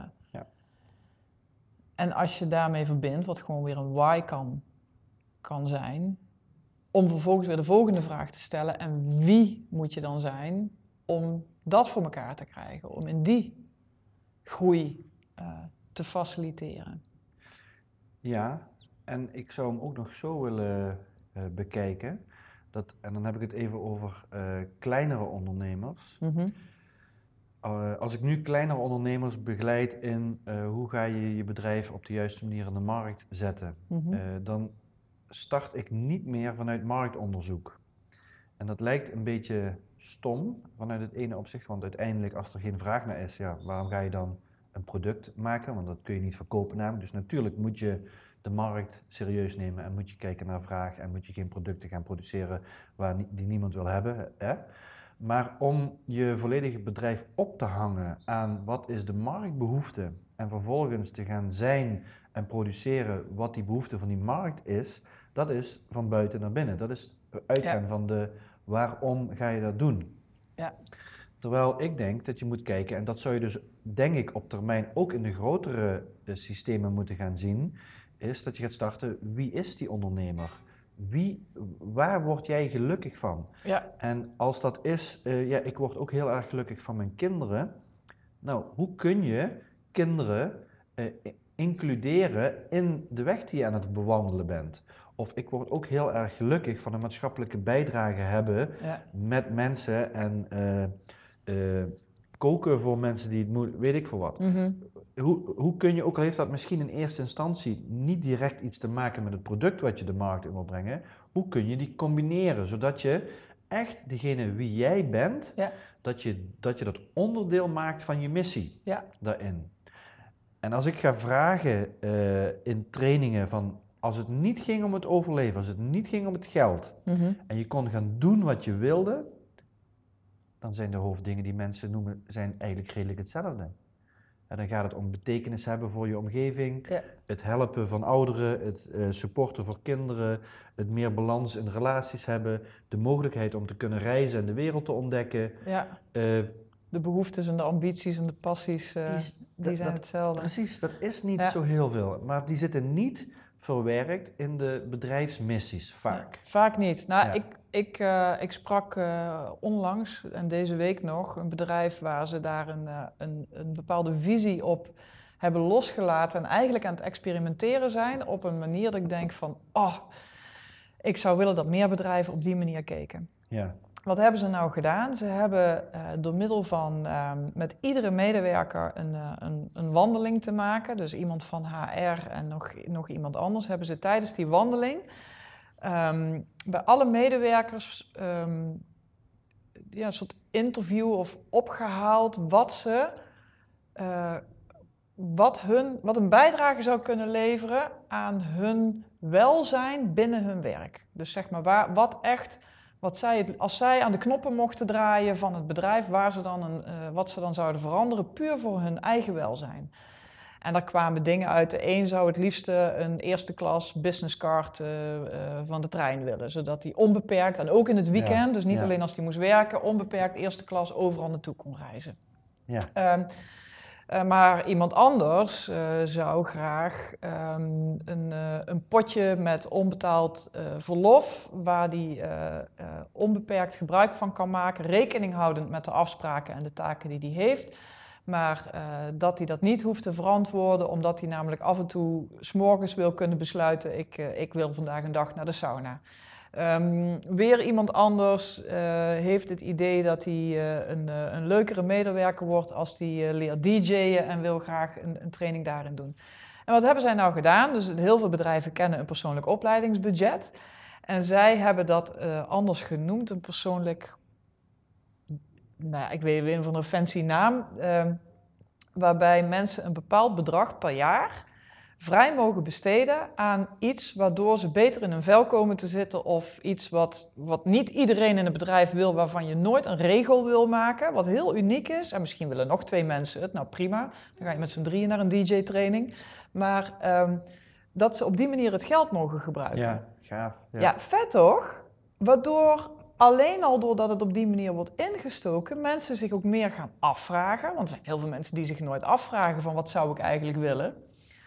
En als je daarmee verbindt, wat gewoon weer een why kan zijn, om vervolgens weer de volgende vraag te stellen. En wie moet je dan zijn om dat voor elkaar te krijgen, om in die groei te faciliteren? Ja, en ik zou hem ook nog zo willen bekijken. En dan heb ik het even over kleinere ondernemers. Mm-hmm. Als ik nu kleinere ondernemers begeleid in hoe ga je je bedrijf op de juiste manier in de markt zetten, mm-hmm. Dan start ik niet meer vanuit marktonderzoek. En dat lijkt een beetje stom vanuit het ene opzicht, want uiteindelijk als er geen vraag naar is, waarom ga je dan een product maken? Want dat kun je niet verkopen namelijk. Dus natuurlijk moet je de markt serieus nemen en moet je kijken naar vraag en moet je geen producten gaan produceren die niemand wil hebben. Hè? Maar om je volledige bedrijf op te hangen aan wat is de marktbehoefte en vervolgens te gaan zijn en produceren wat die behoefte van die markt is, dat is van buiten naar binnen. Dat is uitgaan van de waarom ga je dat doen. Ja. Terwijl ik denk dat je moet kijken, en dat zou je dus denk ik op termijn ook in de grotere systemen moeten gaan zien, is dat je gaat starten, wie is die ondernemer? Waar word jij gelukkig van? Ja. En als dat is, ik word ook heel erg gelukkig van mijn kinderen. Nou, hoe kun je kinderen includeren in de weg die je aan het bewandelen bent? Of ik word ook heel erg gelukkig van een maatschappelijke bijdrage hebben met mensen en koken voor mensen die het moeilijk, weet ik veel wat. Mm-hmm. Hoe kun je, ook al heeft dat misschien in eerste instantie niet direct iets te maken met het product wat je de markt in wil brengen, hoe kun je die combineren, zodat je echt degene wie jij bent, dat je dat onderdeel maakt van je missie daarin. En als ik ga vragen in trainingen van, als het niet ging om het overleven, als het niet ging om het geld, mm-hmm. en je kon gaan doen wat je wilde, dan zijn de hoofddingen die mensen noemen, zijn eigenlijk redelijk hetzelfde. En dan gaat het om betekenis hebben voor je omgeving, het helpen van ouderen, het supporten voor kinderen, het meer balans in relaties hebben, de mogelijkheid om te kunnen reizen en de wereld te ontdekken. Ja. De behoeftes en de ambities en de passies, die zijn hetzelfde. Precies, dat is niet zo heel veel. Maar die zitten niet verwerkt in de bedrijfsmissies, vaak. Ja, vaak niet. Nou, ik sprak onlangs, en deze week nog, een bedrijf waar ze daar een bepaalde visie op hebben losgelaten en eigenlijk aan het experimenteren zijn op een manier dat ik denk van, ik zou willen dat meer bedrijven op die manier keken. Ja. Wat hebben ze nou gedaan? Ze hebben door middel van met iedere medewerker een wandeling te maken, dus iemand van HR en nog iemand anders, hebben ze tijdens die wandeling bij alle medewerkers een soort interview of opgehaald wat een bijdrage zou kunnen leveren aan hun welzijn binnen hun werk. Dus zeg maar, als zij aan de knoppen mochten draaien van het bedrijf, wat ze dan zouden veranderen, puur voor hun eigen welzijn. En daar kwamen dingen uit. De een zou het liefste een eerste klas businesscard van de trein willen. Zodat hij onbeperkt, en ook in het weekend, dus niet alleen als hij moest werken, onbeperkt eerste klas overal naartoe kon reizen. Ja. Maar iemand anders zou graag een potje met onbetaald verlof, waar hij onbeperkt gebruik van kan maken, rekening houdend met de afspraken en de taken die hij heeft. Maar dat hij dat niet hoeft te verantwoorden, omdat hij namelijk af en toe 's morgens wil kunnen besluiten, ik wil vandaag een dag naar de sauna. Weer iemand anders heeft het idee dat hij een leukere medewerker wordt als hij leert DJ'en en wil graag een training daarin doen. En wat hebben zij nou gedaan? Dus heel veel bedrijven kennen een persoonlijk opleidingsbudget. En zij hebben dat anders genoemd, een persoonlijk, ik weet niet van een fancy naam, waarbij mensen een bepaald bedrag per jaar vrij mogen besteden aan iets waardoor ze beter in hun vel komen te zitten, of iets wat niet iedereen in het bedrijf wil, waarvan je nooit een regel wil maken, wat heel uniek is. En misschien willen nog 2 mensen het, nou prima, dan ga je met z'n 3 naar een DJ-training. Maar dat ze op die manier het geld mogen gebruiken. Ja, gaaf. Ja, vet toch? Waardoor alleen al doordat het op die manier wordt ingestoken, mensen zich ook meer gaan afvragen. Want er zijn heel veel mensen die zich nooit afvragen van wat zou ik eigenlijk willen.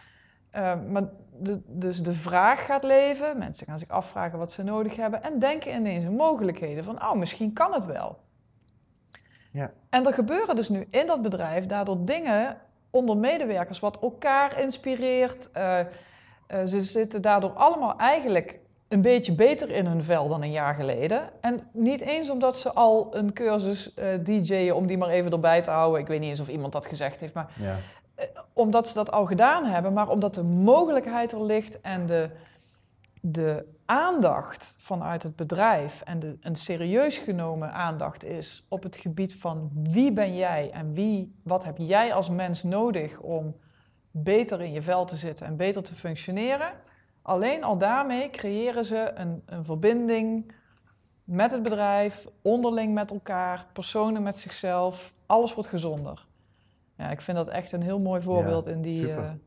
Dus de vraag gaat leven, mensen gaan zich afvragen wat ze nodig hebben en denken ineens in mogelijkheden van, misschien kan het wel. Ja. En er gebeuren dus nu in dat bedrijf daardoor dingen onder medewerkers wat elkaar inspireert. Ze zitten daardoor allemaal eigenlijk een beetje beter in hun vel dan een jaar geleden. En niet eens omdat ze al een cursus DJ'en, om die maar even erbij te houden. Ik weet niet eens of iemand dat gezegd heeft, maar ja. Omdat ze dat al gedaan hebben, maar omdat de mogelijkheid er ligt en de aandacht vanuit het bedrijf en een serieus genomen aandacht is op het gebied van wie ben jij en wat heb jij als mens nodig om beter in je vel te zitten en beter te functioneren. Alleen al daarmee creëren ze een verbinding met het bedrijf, onderling met elkaar, personen met zichzelf. Alles wordt gezonder. Ja, ik vind dat echt een heel mooi voorbeeld in die... Super.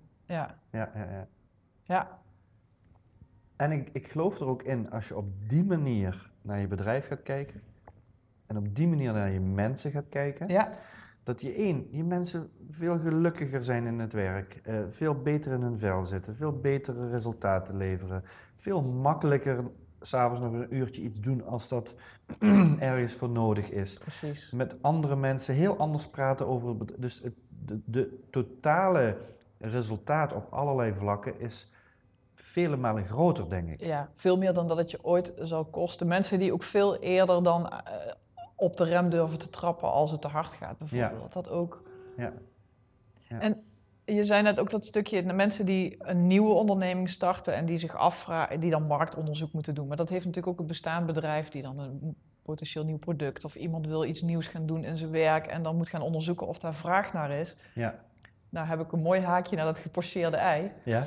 Ja. En ik geloof er ook in, als je op die manier naar je bedrijf gaat kijken en op die manier naar je mensen gaat kijken, dat je mensen veel gelukkiger zijn in het werk, veel beter in hun vel zitten, veel betere resultaten leveren, veel makkelijker 's avonds nog een uurtje iets doen als dat ergens voor nodig is. Precies. Met andere mensen heel anders praten over het. Dus de totale resultaat op allerlei vlakken is vele malen groter, denk ik. Ja, veel meer dan dat het je ooit zou kosten. Mensen die ook veel eerder dan op de rem durven te trappen als het te hard gaat, bijvoorbeeld. Ja. Dat ook. Ja. En je zei net ook dat stukje, de mensen die een nieuwe onderneming starten en die zich afvragen, die dan marktonderzoek moeten doen. Maar dat heeft natuurlijk ook een bestaand bedrijf die dan een potentieel nieuw product of iemand wil iets nieuws gaan doen in zijn werk en dan moet gaan onderzoeken of daar vraag naar is. Ja. Nou heb ik een mooi haakje naar dat gepocheerde ei. Ja.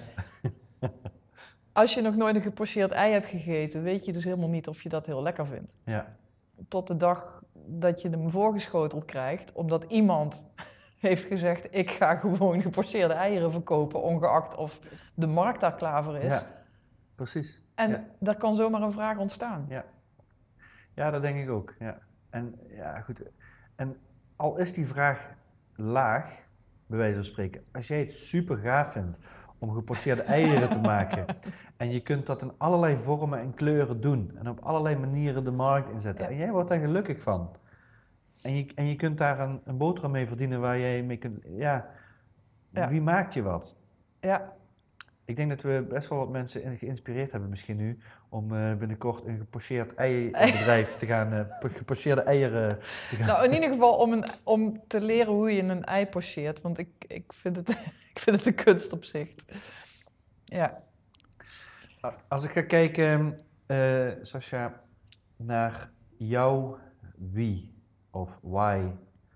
Als je nog nooit een gepocheerd ei hebt gegeten, weet je dus helemaal niet of je dat heel lekker vindt. Ja. Tot de dag dat je hem voorgeschoteld krijgt, omdat iemand heeft gezegd, ik ga gewoon gepocheerde eieren verkopen, ongeacht of de markt daar klaar voor is. Ja, precies. En daar kan zomaar een vraag ontstaan. Ja, dat denk ik ook. Ja. En ja, goed. En al is die vraag laag, bij wijze van spreken, als jij het super gaaf vindt om gepocheerde eieren te maken en je kunt dat in allerlei vormen en kleuren doen en op allerlei manieren de markt inzetten en jij wordt daar gelukkig van. En je kunt daar een boterham mee verdienen waar jij mee kunt... Ja, wie maakt je wat? Ja. Ik denk dat we best wel wat mensen geïnspireerd hebben misschien nu om binnenkort een gepocheerd eierbedrijf te gaan... gepocheerde eieren te gaan... Nou, in ieder geval om te leren hoe je een ei pocheert. Want ik vind het een kunst op zich. Ja. Als ik ga kijken Sascha, naar jouw wie of why,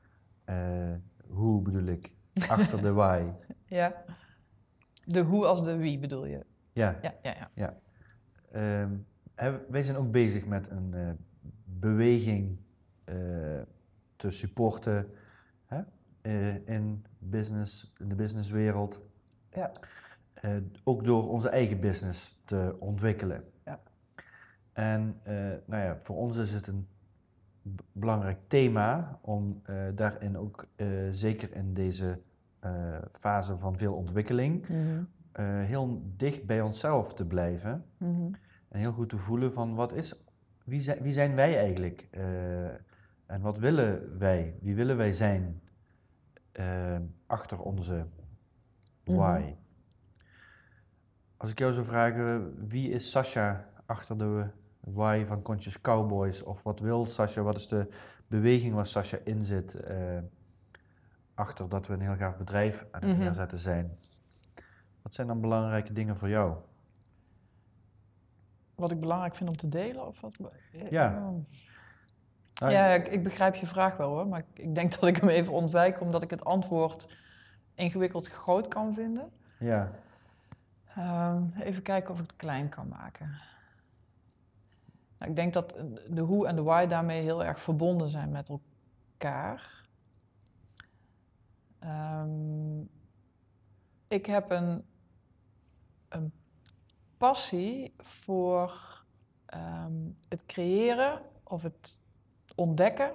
hoe bedoel ik, achter de why. Ja. De hoe als de wie bedoel je? Ja. Wij zijn ook bezig met een beweging te supporten in de businesswereld. Ja. Ook door onze eigen business te ontwikkelen. Ja. En voor ons is het een belangrijk thema om daarin ook, zeker in deze fase van veel ontwikkeling, heel dicht bij onszelf te blijven. En heel goed te voelen van wie zijn wij eigenlijk? En wat willen wij? Wie willen wij zijn achter onze why? Als ik jou zou vragen, wie is Sascha achter de why van Conscious Cowboys? Of wat wil Sascha? Wat is de beweging waar Sascha in zit? Achter dat we een heel gaaf bedrijf aan het neerzetten zijn. Wat zijn dan belangrijke dingen voor jou? Wat ik belangrijk vind om te delen? Of wat? Ja. Ja, ik begrijp je vraag wel hoor. Maar ik denk dat ik hem even ontwijk, omdat ik het antwoord ingewikkeld groot kan vinden. Ja. Even kijken of ik het klein kan maken. Nou, ik denk dat de hoe en de why daarmee heel erg verbonden zijn met elkaar. Ik heb een passie voor het creëren of het ontdekken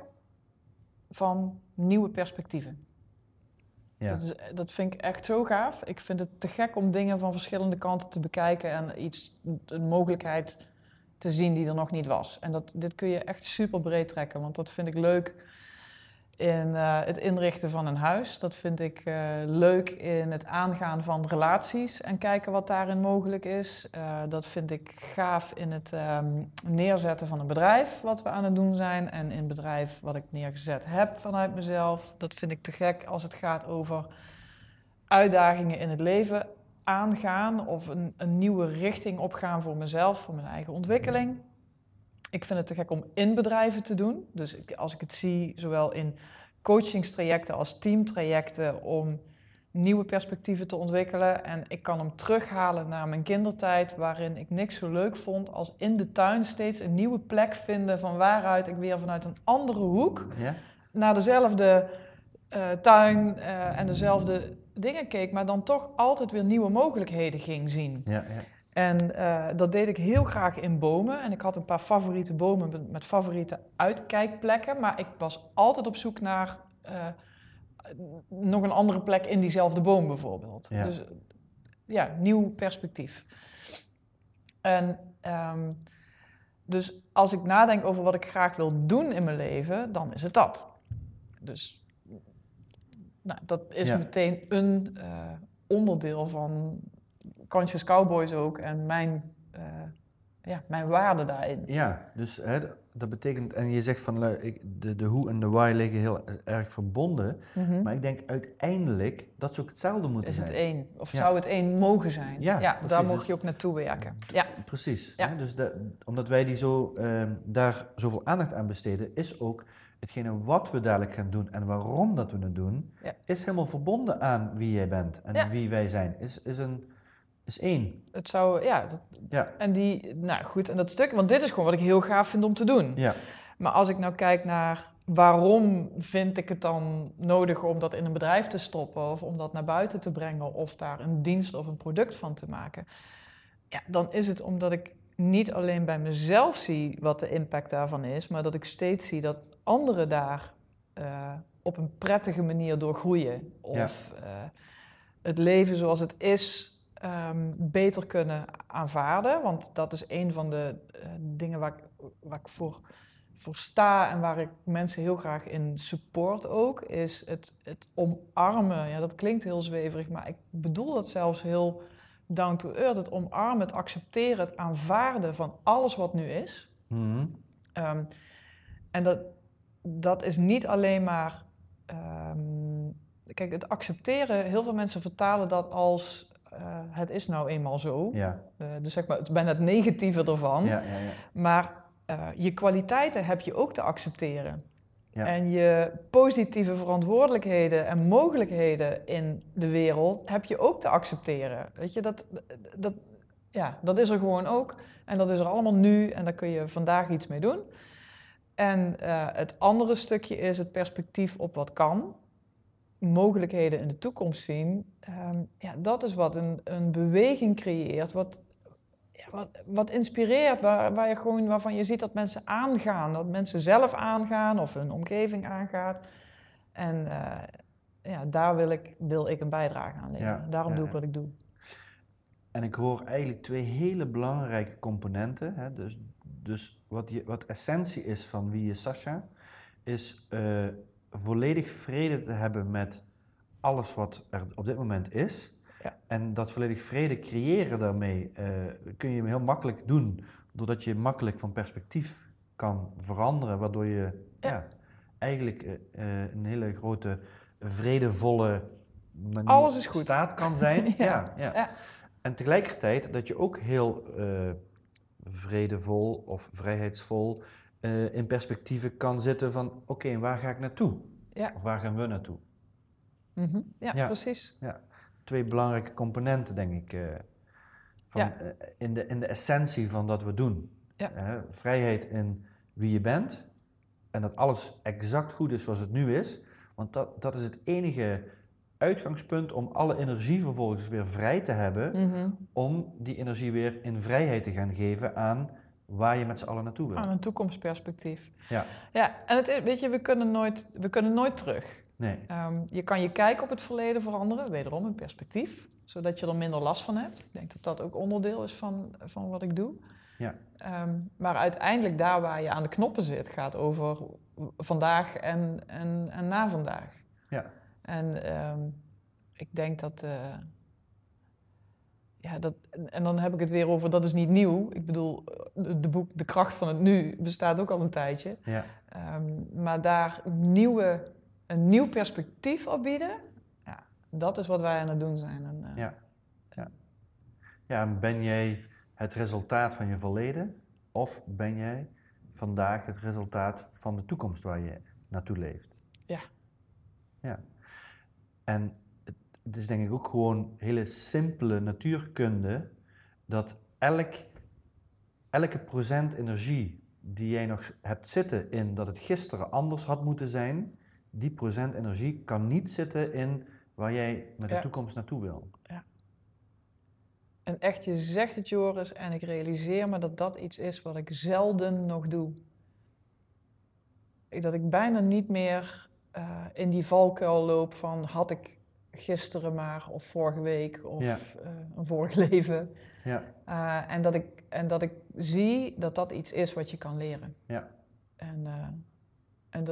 van nieuwe perspectieven. Ja. Dat vind ik echt zo gaaf. Ik vind het te gek om dingen van verschillende kanten te bekijken en een mogelijkheid te zien die er nog niet was. En dit kun je echt super breed trekken, want dat vind ik leuk in het inrichten van een huis. Dat vind ik leuk in het aangaan van relaties en kijken wat daarin mogelijk is. Dat vind ik gaaf in het neerzetten van een bedrijf wat we aan het doen zijn. En in het bedrijf wat ik neergezet heb vanuit mezelf. Dat vind ik te gek als het gaat over uitdagingen in het leven aangaan of een nieuwe richting opgaan voor mezelf, voor mijn eigen ontwikkeling. Ik vind het te gek om in bedrijven te doen. Dus als ik het zie, zowel in coachingstrajecten als teamtrajecten, om nieuwe perspectieven te ontwikkelen. En ik kan hem terughalen naar mijn kindertijd, waarin ik niks zo leuk vond als in de tuin steeds een nieuwe plek vinden van waaruit ik weer vanuit een andere hoek naar dezelfde tuin en dezelfde dingen keek, maar dan toch altijd weer nieuwe mogelijkheden ging zien. Ja. En dat deed ik heel graag in bomen. En ik had een paar favoriete bomen met favoriete uitkijkplekken. Maar ik was altijd op zoek naar nog een andere plek in diezelfde boom bijvoorbeeld. Ja. Dus nieuw perspectief. En dus als ik nadenk over wat ik graag wil doen in mijn leven, dan is het dat. Dus dat is meteen een onderdeel van Conscious Cowboys ook en mijn waarde daarin. Ja, dus dat betekent, en je zegt van de hoe en de why liggen heel erg verbonden, maar ik denk uiteindelijk dat ze ook hetzelfde moeten zijn. Is het één? Of zou het één mogen zijn? Ja, daar mocht je ook naartoe werken. Ja. Precies. Ja. Hè? Dus omdat wij daar zoveel aandacht aan besteden, is ook hetgene wat we dadelijk gaan doen en waarom dat we het doen, is helemaal verbonden aan wie jij bent en wie wij zijn. Is één. Het zou, En en dat stuk, want dit is gewoon wat ik heel gaaf vind om te doen. Ja. Maar als ik nou kijk naar waarom vind ik het dan nodig om dat in een bedrijf te stoppen of om dat naar buiten te brengen of daar een dienst of een product van te maken, dan is het omdat ik niet alleen bij mezelf zie wat de impact daarvan is, maar dat ik steeds zie dat anderen daar op een prettige manier door groeien. Of het leven zoals het is beter kunnen aanvaarden. Want dat is een van de dingen waar ik voor sta en waar ik mensen heel graag in support ook, is het omarmen. Ja, dat klinkt heel zweverig, maar ik bedoel dat zelfs heel down to earth. Het omarmen, het accepteren, het aanvaarden van alles wat nu is. En dat is niet alleen maar... kijk, het accepteren, heel veel mensen vertalen dat als het is nou eenmaal zo. Ja. Dus zeg maar, het is bijna het negatieve ervan. Ja. Maar je kwaliteiten heb je ook te accepteren. Ja. En je positieve verantwoordelijkheden en mogelijkheden in de wereld heb je ook te accepteren. Weet je, dat is er gewoon ook. En dat is er allemaal nu en daar kun je vandaag iets mee doen. En het andere stukje is het perspectief op wat kan. Mogelijkheden in de toekomst zien. Dat is wat een beweging creëert. Wat inspireert, waarvan je ziet dat mensen aangaan. Dat mensen zelf aangaan of hun omgeving aangaat. En daar wil ik een bijdrage aan leveren. Daarom doe ik wat ik doe. En ik hoor eigenlijk 2 hele belangrijke componenten. Hè? Dus wat essentie is van wie is Sascha, is volledig vrede te hebben met alles wat er op dit moment is. Ja. En dat volledig vrede creëren daarmee kun je heel makkelijk doen, doordat je makkelijk van perspectief kan veranderen, waardoor je eigenlijk een hele grote, vredevolle staat kan zijn. Ja. En tegelijkertijd dat je ook heel vredevol of vrijheidsvol in perspectieven kan zitten van oké, waar ga ik naartoe? Ja. Of waar gaan we naartoe? Mm-hmm. Ja, precies. Ja. 2 belangrijke componenten, denk ik, in de essentie van wat we doen. Ja. Vrijheid in wie je bent en dat alles exact goed is zoals het nu is. Want dat is het enige uitgangspunt om alle energie vervolgens weer vrij te hebben, om die energie weer in vrijheid te gaan geven aan waar je met z'n allen naartoe wil. Aan een toekomstperspectief. Ja, en weet je, we kunnen nooit terug. Nee. Je kan je kijk op het verleden veranderen, wederom een perspectief, zodat je er minder last van hebt. Ik denk dat dat ook onderdeel is van wat ik doe. Ja. Maar uiteindelijk daar waar je aan de knoppen zit, gaat over vandaag en na vandaag. Ja. En ik denk dat... en dan heb ik het weer over, dat is niet nieuw. Ik bedoel, de boek De Kracht van het Nu bestaat ook al een tijdje. Ja. Maar daar een nieuw perspectief op bieden, dat is wat wij aan het doen zijn. En ben jij het resultaat van je verleden? Of ben jij vandaag het resultaat van de toekomst waar je naartoe leeft? Ja. En het is denk ik ook gewoon hele simpele natuurkunde dat elke procent energie die jij nog hebt zitten in dat het gisteren anders had moeten zijn, die procent energie kan niet zitten in waar jij met de toekomst naartoe wil. Ja. En echt, je zegt het, Joris, en ik realiseer me dat dat iets is wat ik zelden nog doe. Dat ik bijna niet meer in die valkuil loop van had ik gisteren maar, of vorige week, of een vorig leven. Ja. En dat ik zie dat dat iets is wat je kan leren. Ja. En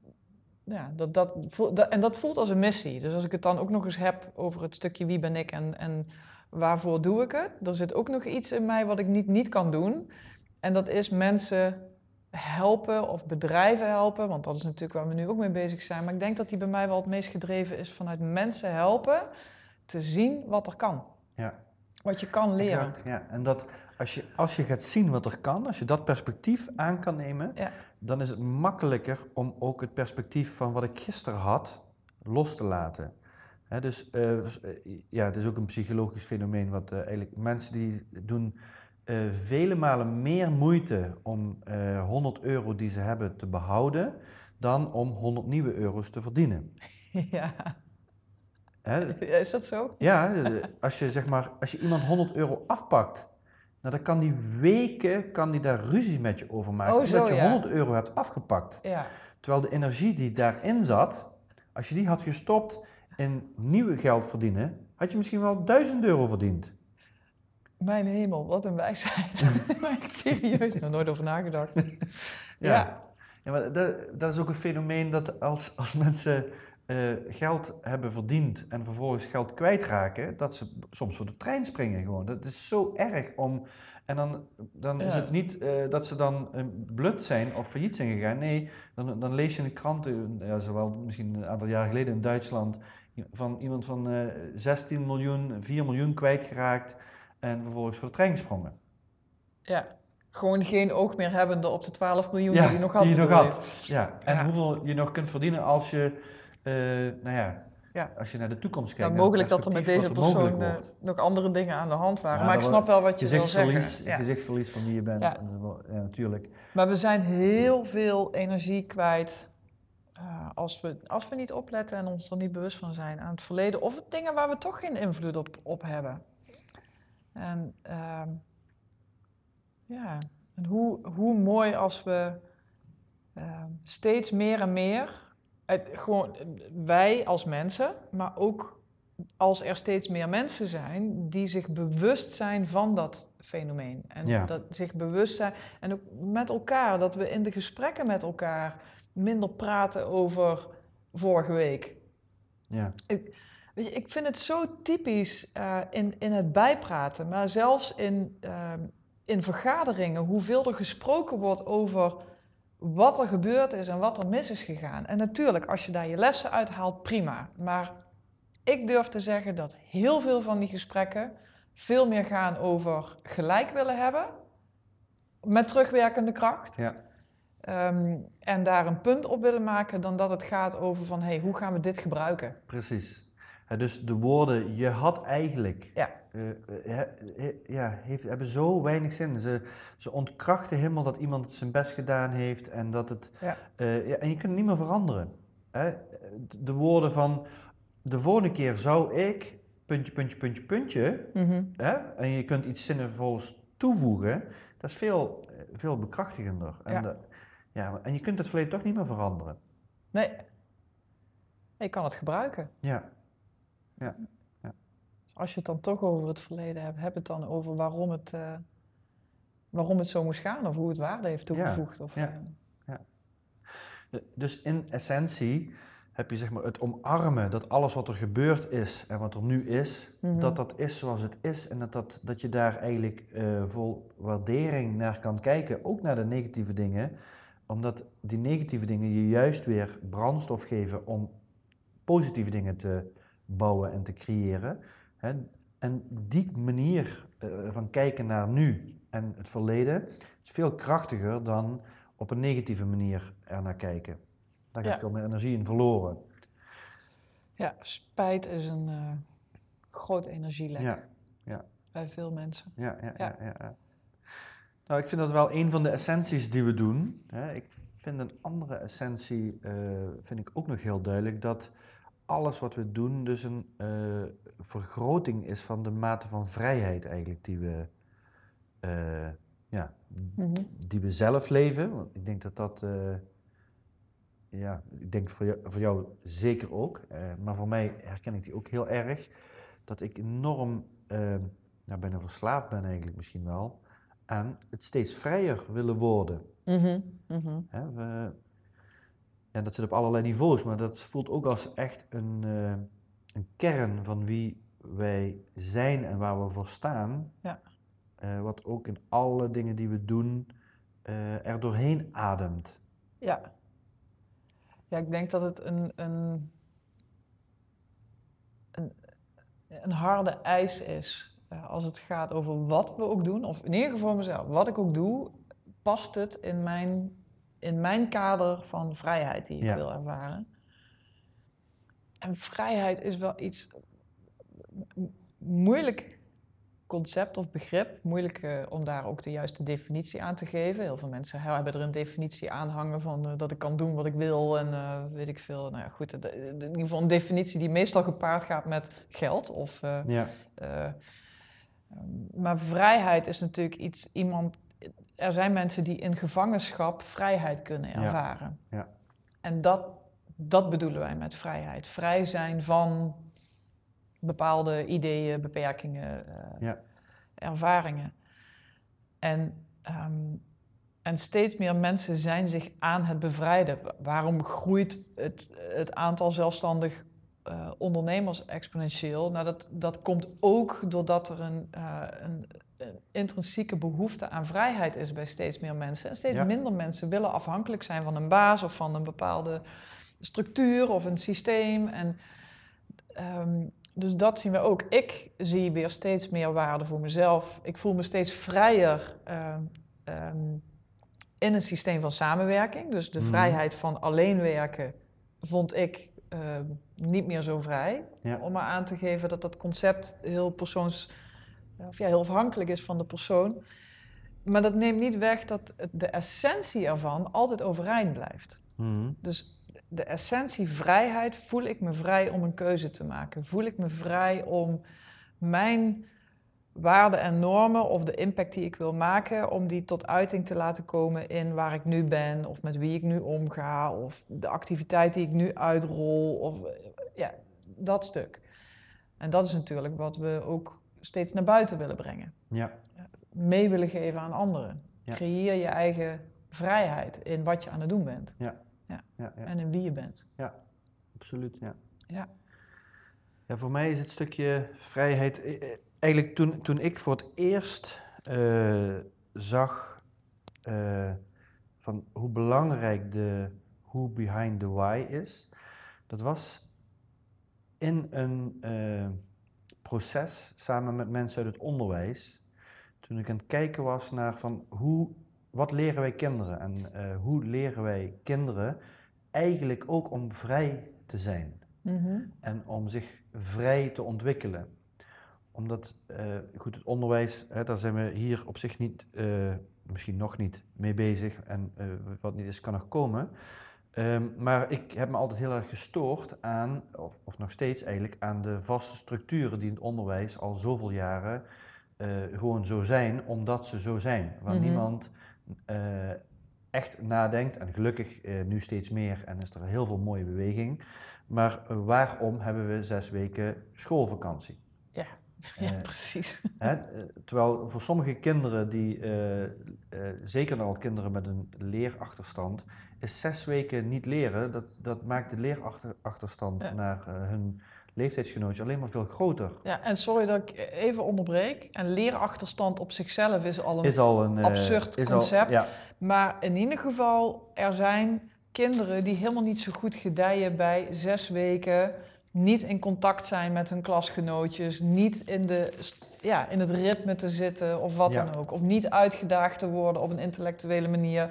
dat voelt als een missie. Dus als ik het dan ook nog eens heb over het stukje wie ben ik en waarvoor doe ik het, er zit ook nog iets in mij wat ik niet kan doen. En dat is mensen helpen of bedrijven helpen, want dat is natuurlijk waar we nu ook mee bezig zijn. Maar ik denk dat die bij mij wel het meest gedreven is vanuit mensen helpen te zien wat er kan. Ja. Wat je kan leren. Exact, ja. En dat als je gaat zien wat er kan, als je dat perspectief aan kan nemen, dan is het makkelijker om ook het perspectief van wat ik gisteren had los te laten. Dus het is ook een psychologisch fenomeen wat eigenlijk mensen die doen vele malen meer moeite om 100 euro die ze hebben te behouden dan om 100 nieuwe euro's te verdienen. Ja. Is dat zo? Ja, als je iemand 100 euro afpakt, nou, dan kan die weken daar ruzie met je over maken, omdat je 100 euro hebt afgepakt. Ja. Terwijl de energie die daarin zat, als je die had gestopt in nieuwe geld verdienen, had je misschien wel 1000 euro verdiend. Mijn hemel, wat een wijsheid. Maar echt serieus, ik heb er nooit over nagedacht. Ja, maar dat is ook een fenomeen dat als mensen geld hebben verdiend en vervolgens geld kwijtraken, dat ze soms voor de trein springen gewoon. Dat is zo erg om... En dan is het niet dat ze dan blut zijn of failliet zijn gegaan. Nee, dan lees je in de kranten, zowel misschien een aantal jaren geleden in Duitsland, Van iemand van 16 miljoen, 4 miljoen kwijtgeraakt en vervolgens voor de trein gesprongen. Ja, gewoon geen oog meer hebbende op de 12 miljoen Ja, die je nog had. Die je nog had. Ja. En hoeveel je nog kunt verdienen als je, als je naar de toekomst kijkt. Mogelijk dat er met deze persoon nog andere dingen aan de hand waren. Maar ik snap wel wat je wil zeggen. Ja. Gezichtsverlies van wie je bent. Ja, natuurlijk. Maar we zijn heel veel energie kwijt als we niet opletten en ons er niet bewust van zijn aan het verleden. Of dingen waar we toch geen invloed op hebben. En en hoe mooi als we steeds meer en meer, gewoon wij als mensen, maar ook als er steeds meer mensen zijn die zich bewust zijn van dat fenomeen. En dat zich bewust zijn, en ook met elkaar, dat we in de gesprekken met elkaar minder praten over vorige week. Ja. Ik vind het zo typisch in het bijpraten, maar zelfs in vergaderingen, hoeveel er gesproken wordt over wat er gebeurd is en wat er mis is gegaan. En natuurlijk, als je daar je lessen uithaalt, prima. Maar ik durf te zeggen dat heel veel van die gesprekken veel meer gaan over gelijk willen hebben, met terugwerkende kracht. Ja. En daar een punt op willen maken dan dat het gaat over van, hoe gaan we dit gebruiken? Precies. Dus de woorden, je had eigenlijk, hebben zo weinig zin. Ze ontkrachten helemaal dat iemand zijn best gedaan heeft en dat het... en je kunt het niet meer veranderen. De woorden van, de volgende keer zou ik, puntje, Mm-hmm. en je kunt iets zinvols toevoegen, dat is veel bekrachtigender. En je kunt het verleden toch niet meer veranderen. Nee. Je kan het gebruiken. Ja. Dus als je het dan toch over het verleden hebt, heb het dan over waarom het zo moest gaan of hoe het waarde heeft toegevoegd. Dus in essentie heb je zeg maar het omarmen dat alles wat er gebeurd is en wat er nu is, dat is zoals het is en dat je daar eigenlijk vol waardering naar kan kijken, ook naar de negatieve dingen, omdat die negatieve dingen je juist weer brandstof geven om positieve dingen te bouwen en te creëren. En die manier van kijken naar nu en het verleden is veel krachtiger dan op een negatieve manier ernaar kijken. Daar gaat veel meer energie in verloren. Ja, spijt is een groot energielek Ja. bij veel mensen. Ja. Nou, ik vind dat wel een van de essenties die we doen. Ik vind een andere essentie, vind ik ook nog heel duidelijk, dat alles wat we doen dus een vergroting is van de mate van vrijheid eigenlijk die we zelf leven. Want ik denk dat ik denk voor jou zeker ook, maar voor mij herken ik die ook heel erg, dat ik enorm bijna verslaafd ben eigenlijk misschien wel aan het steeds vrijer willen worden. Dat zit op allerlei niveaus, maar dat voelt ook als echt een kern van wie wij zijn en waar we voor staan. Ja. Wat ook in alle dingen die we doen er doorheen ademt. Ja. Ja, ik denk dat het een harde eis is als het gaat over wat we ook doen. Of in ieder geval mezelf, wat ik ook doe, past het in mijn kader van vrijheid die ik wil ervaren. En vrijheid is wel iets moeilijk concept of begrip. Moeilijk om daar ook de juiste definitie aan te geven. Heel veel mensen hebben er een definitie aan hangen van dat ik kan doen wat ik wil en weet ik veel. Nou ja, goed, in ieder geval een definitie die meestal gepaard gaat met geld. Maar vrijheid is natuurlijk er zijn mensen die in gevangenschap vrijheid kunnen ervaren. Ja. En dat bedoelen wij met vrijheid. Vrij zijn van bepaalde ideeën, beperkingen, ervaringen. En steeds meer mensen zijn zich aan het bevrijden. Waarom groeit het aantal zelfstandig ondernemers exponentieel? Nou, dat komt ook doordat er een intrinsieke behoefte aan vrijheid is bij steeds meer mensen. En steeds minder mensen willen afhankelijk zijn van een baas of van een bepaalde structuur of een systeem. En Dus dat zien we ook. Ik zie weer steeds meer waarde voor mezelf. Ik voel me steeds vrijer in een systeem van samenwerking. Dus de vrijheid van alleen werken vond ik niet meer zo vrij. Ja. Om maar aan te geven dat dat concept heel heel afhankelijk is van de persoon. Maar dat neemt niet weg dat de essentie ervan altijd overeind blijft. Dus de essentie vrijheid, voel ik me vrij om een keuze te maken. Voel ik me vrij om mijn waarden en normen of de impact die ik wil maken, om die tot uiting te laten komen in waar ik nu ben, of met wie ik nu omga, of de activiteit die ik nu uitrol, of dat stuk. En dat is natuurlijk wat we ook steeds naar buiten willen brengen. Ja. Mee willen geven aan anderen. Ja. Creëer je eigen vrijheid in wat je aan het doen bent. Ja. En in wie je bent. Ja, absoluut. Ja, voor mij is het stukje vrijheid. Eigenlijk toen ik voor het eerst zag van hoe belangrijk de who behind the why is, dat was in een proces samen met mensen uit het onderwijs. Toen ik aan het kijken was naar van wat leren wij kinderen en hoe leren wij kinderen eigenlijk ook om vrij te zijn en om zich vrij te ontwikkelen. Omdat, het onderwijs, daar zijn we hier op zich niet, misschien nog niet mee bezig en wat niet is kan nog komen. Maar ik heb me altijd heel erg gestoord aan, of nog steeds eigenlijk, aan de vaste structuren die in het onderwijs al zoveel jaren gewoon zo zijn, omdat ze zo zijn. Waar niemand echt nadenkt, en gelukkig nu steeds meer, en is er heel veel mooie beweging. Maar waarom hebben we 6 weken schoolvakantie? Ja, precies. Terwijl voor sommige kinderen, zeker al kinderen met een leerachterstand, is 6 weken niet leren, dat maakt de leerachterstand naar hun leeftijdsgenootje alleen maar veel groter. Ja, en sorry dat ik even onderbreek. En leerachterstand op zichzelf is al een absurd concept. Maar in ieder geval, er zijn kinderen die helemaal niet zo goed gedijen bij 6 weken... niet in contact zijn met hun klasgenootjes, niet in het ritme te zitten of wat dan ook. Of niet uitgedaagd te worden op een intellectuele manier.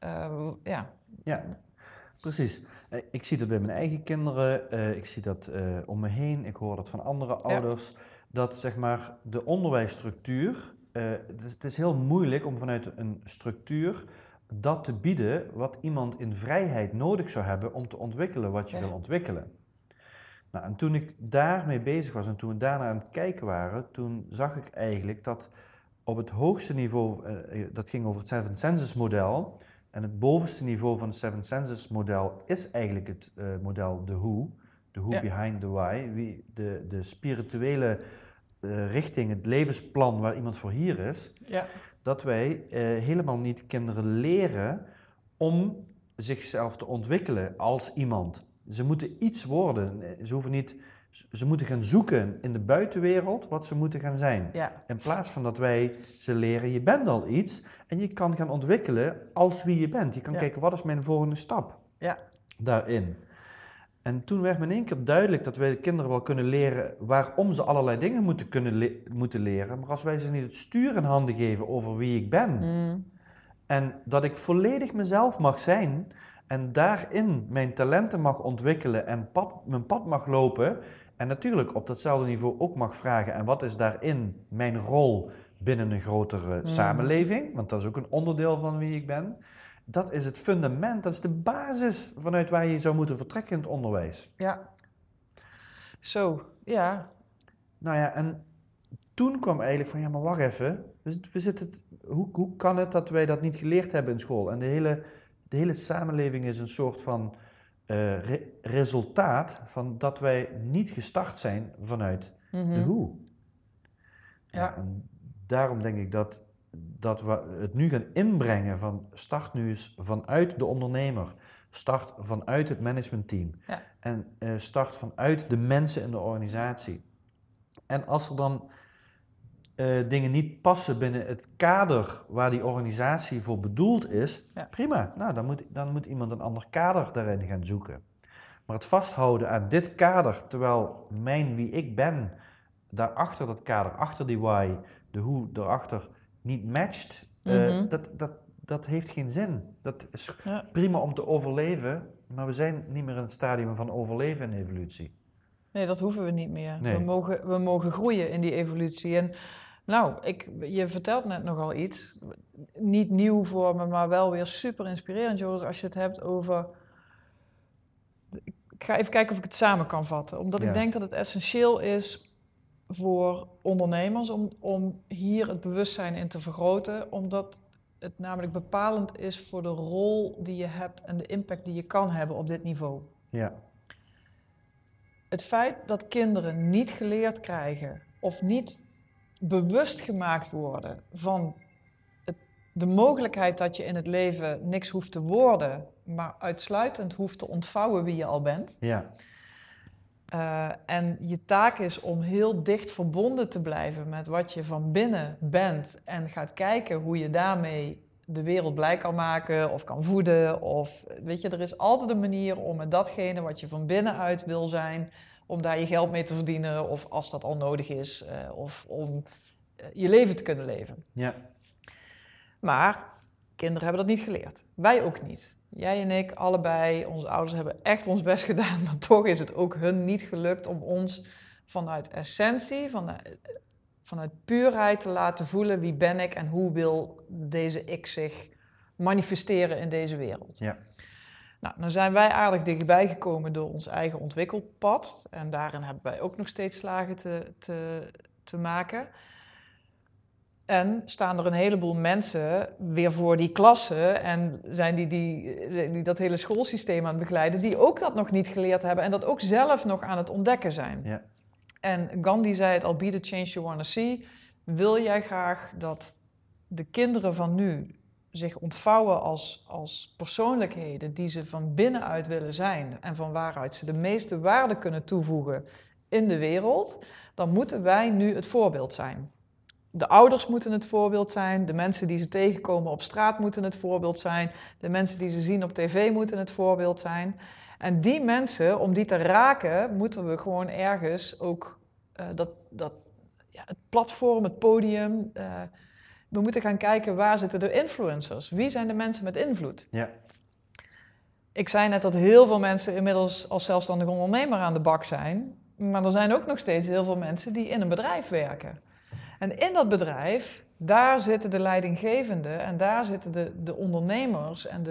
Ja, precies. Ik zie dat bij mijn eigen kinderen, ik zie dat om me heen, ik hoor dat van andere ouders. Dat zeg maar de onderwijsstructuur, het is heel moeilijk om vanuit een structuur dat te bieden wat iemand in vrijheid nodig zou hebben om te ontwikkelen wat je wil ontwikkelen. Nou, en toen ik daarmee bezig was en toen we daarna aan het kijken waren, toen zag ik eigenlijk dat op het hoogste niveau, dat ging over het Seven Senses model, en het bovenste niveau van het Seven Senses model is eigenlijk het model de who behind the why, de spirituele richting, het levensplan waar iemand voor hier is, dat wij helemaal niet kinderen leren om zichzelf te ontwikkelen als iemand. Ze moeten iets worden. Ze moeten gaan zoeken in de buitenwereld wat ze moeten gaan zijn. Ja. In plaats van dat wij ze leren, je bent al iets en je kan gaan ontwikkelen als wie je bent. Je kan kijken, wat is mijn volgende stap daarin? En toen werd me in één keer duidelijk dat wij de kinderen wel kunnen leren waarom ze allerlei dingen moeten leren. Maar als wij ze niet het stuur in handen geven over wie ik ben en dat ik volledig mezelf mag zijn en daarin mijn talenten mag ontwikkelen en mijn pad mag lopen. En natuurlijk op datzelfde niveau ook mag vragen. En wat is daarin mijn rol binnen een grotere samenleving? Want dat is ook een onderdeel van wie ik ben. Dat is het fundament, dat is de basis vanuit waar je zou moeten vertrekken in het onderwijs. Ja. Zo, ja. Nou ja, en toen kwam eigenlijk van, maar wacht even. Hoe kan het dat wij dat niet geleerd hebben in school? En de hele samenleving is een soort van resultaat van dat wij niet gestart zijn vanuit de hoe. Ja. En daarom denk ik dat we het nu gaan inbrengen van start nu eens vanuit de ondernemer, start vanuit het managementteam en start vanuit de mensen in de organisatie. En als er dan dingen niet passen binnen het kader waar die organisatie voor bedoeld is, prima. Nou, dan moet iemand een ander kader daarin gaan zoeken. Maar het vasthouden aan dit kader, terwijl wie ik ben, daarachter dat kader, achter die why, de hoe daarachter niet matcht, dat heeft geen zin. Dat is prima om te overleven, maar we zijn niet meer in het stadium van overleven in evolutie. Nee, dat hoeven we niet meer. Nee. We mogen groeien in die evolutie. En je vertelt net nogal iets, niet nieuw voor me, maar wel weer super inspirerend, Joris, als je het hebt over... Ik ga even kijken of ik het samen kan vatten. Omdat ik denk dat het essentieel is voor ondernemers om hier het bewustzijn in te vergroten. Omdat het namelijk bepalend is voor de rol die je hebt en de impact die je kan hebben op dit niveau. Ja. Het feit dat kinderen niet geleerd krijgen of niet bewust gemaakt worden van de mogelijkheid dat je in het leven niks hoeft te worden, maar uitsluitend hoeft te ontvouwen wie je al bent. Ja. En je taak is om heel dicht verbonden te blijven met wat je van binnen bent en gaat kijken hoe je daarmee de wereld blij kan maken of kan voeden. Of weet je, er is altijd een manier om met datgene wat je van binnenuit wil zijn, om daar je geld mee te verdienen of als dat al nodig is, of om je leven te kunnen leven. Ja. Maar kinderen hebben dat niet geleerd. Wij ook niet. Jij en ik, allebei, onze ouders hebben echt ons best gedaan, maar toch is het ook hun niet gelukt om ons vanuit essentie, vanuit puurheid te laten voelen wie ben ik en hoe wil deze ik zich manifesteren in deze wereld. Ja. Nou zijn wij aardig dichtbij gekomen door ons eigen ontwikkelpad en daarin hebben wij ook nog steeds slagen te maken. En staan er een heleboel mensen weer voor die klasse en zijn die dat hele schoolsysteem aan het begeleiden, die ook dat nog niet geleerd hebben en dat ook zelf nog aan het ontdekken zijn. Ja. En Gandhi zei het al, be the change you want to see. Wil jij graag dat de kinderen van nu zich ontvouwen als persoonlijkheden die ze van binnenuit willen zijn en van waaruit ze de meeste waarde kunnen toevoegen in de wereld, dan moeten wij nu het voorbeeld zijn. De ouders moeten het voorbeeld zijn, de mensen die ze tegenkomen op straat moeten het voorbeeld zijn, de mensen die ze zien op tv moeten het voorbeeld zijn. En die mensen, om die te raken, moeten we gewoon ergens ook het platform, het podium, we moeten gaan kijken waar zitten de influencers, wie zijn de mensen met invloed. Ja. Ik zei net dat heel veel mensen inmiddels als zelfstandig ondernemer aan de bak zijn, maar er zijn ook nog steeds heel veel mensen die in een bedrijf werken. En in dat bedrijf, daar zitten de leidinggevenden en daar zitten de ondernemers en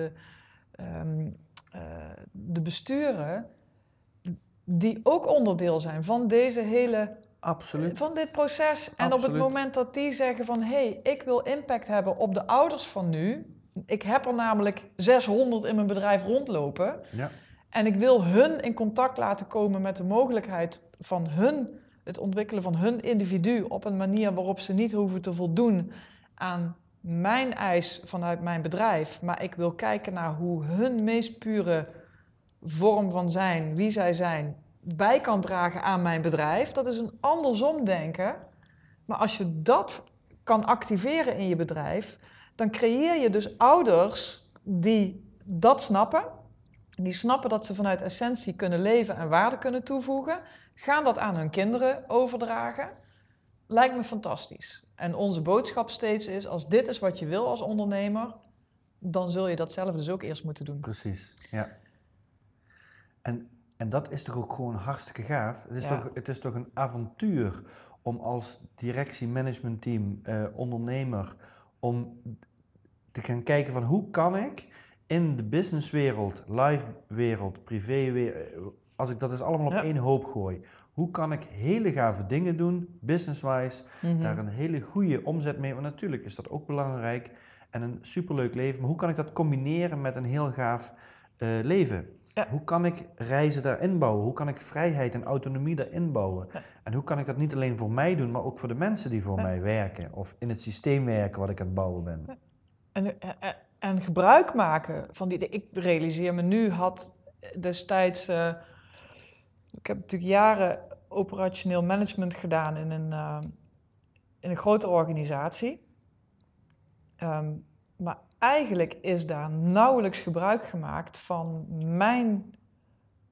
de besturen die ook onderdeel zijn van deze hele... Absoluut. Van dit proces. En Absoluut. Op het moment dat die zeggen van, hey, ik wil impact hebben op de ouders van nu. Ik heb er namelijk 600 in mijn bedrijf rondlopen. Ja. En ik wil hun in contact laten komen met de mogelijkheid van het ontwikkelen van hun individu op een manier waarop ze niet hoeven te voldoen aan mijn eis vanuit mijn bedrijf. Maar ik wil kijken naar hoe hun meest pure vorm van zijn, wie zij zijn, bij kan dragen aan mijn bedrijf. Dat is een andersom denken. Maar als je dat kan activeren in je bedrijf, dan creëer je dus ouders die dat snappen. Die snappen dat ze vanuit essentie kunnen leven en waarde kunnen toevoegen. Gaan dat aan hun kinderen overdragen. Lijkt me fantastisch. En onze boodschap steeds is, als dit is wat je wil als ondernemer, dan zul je dat zelf dus ook eerst moeten doen. Precies, ja. En dat is toch ook gewoon hartstikke gaaf. Het is toch een avontuur om als directie, managementteam, ondernemer, om te gaan kijken van hoe kan ik in de businesswereld, live-wereld, privéwereld, als ik dat dus allemaal op één hoop gooi, hoe kan ik hele gave dingen doen, business-wise, daar een hele goede omzet mee, want natuurlijk is dat ook belangrijk en een superleuk leven, maar hoe kan ik dat combineren met een heel gaaf leven? Ja. Hoe kan ik reizen daarin bouwen? Hoe kan ik vrijheid en autonomie daarin bouwen? Ja. En hoe kan ik dat niet alleen voor mij doen, maar ook voor de mensen die voor mij werken of in het systeem werken wat ik aan het bouwen ben? Ja. En gebruik maken van die... Ik realiseer me nu, had destijds... ik heb natuurlijk jaren operationeel management gedaan in een grote organisatie. Maar... eigenlijk is daar nauwelijks gebruik gemaakt van mijn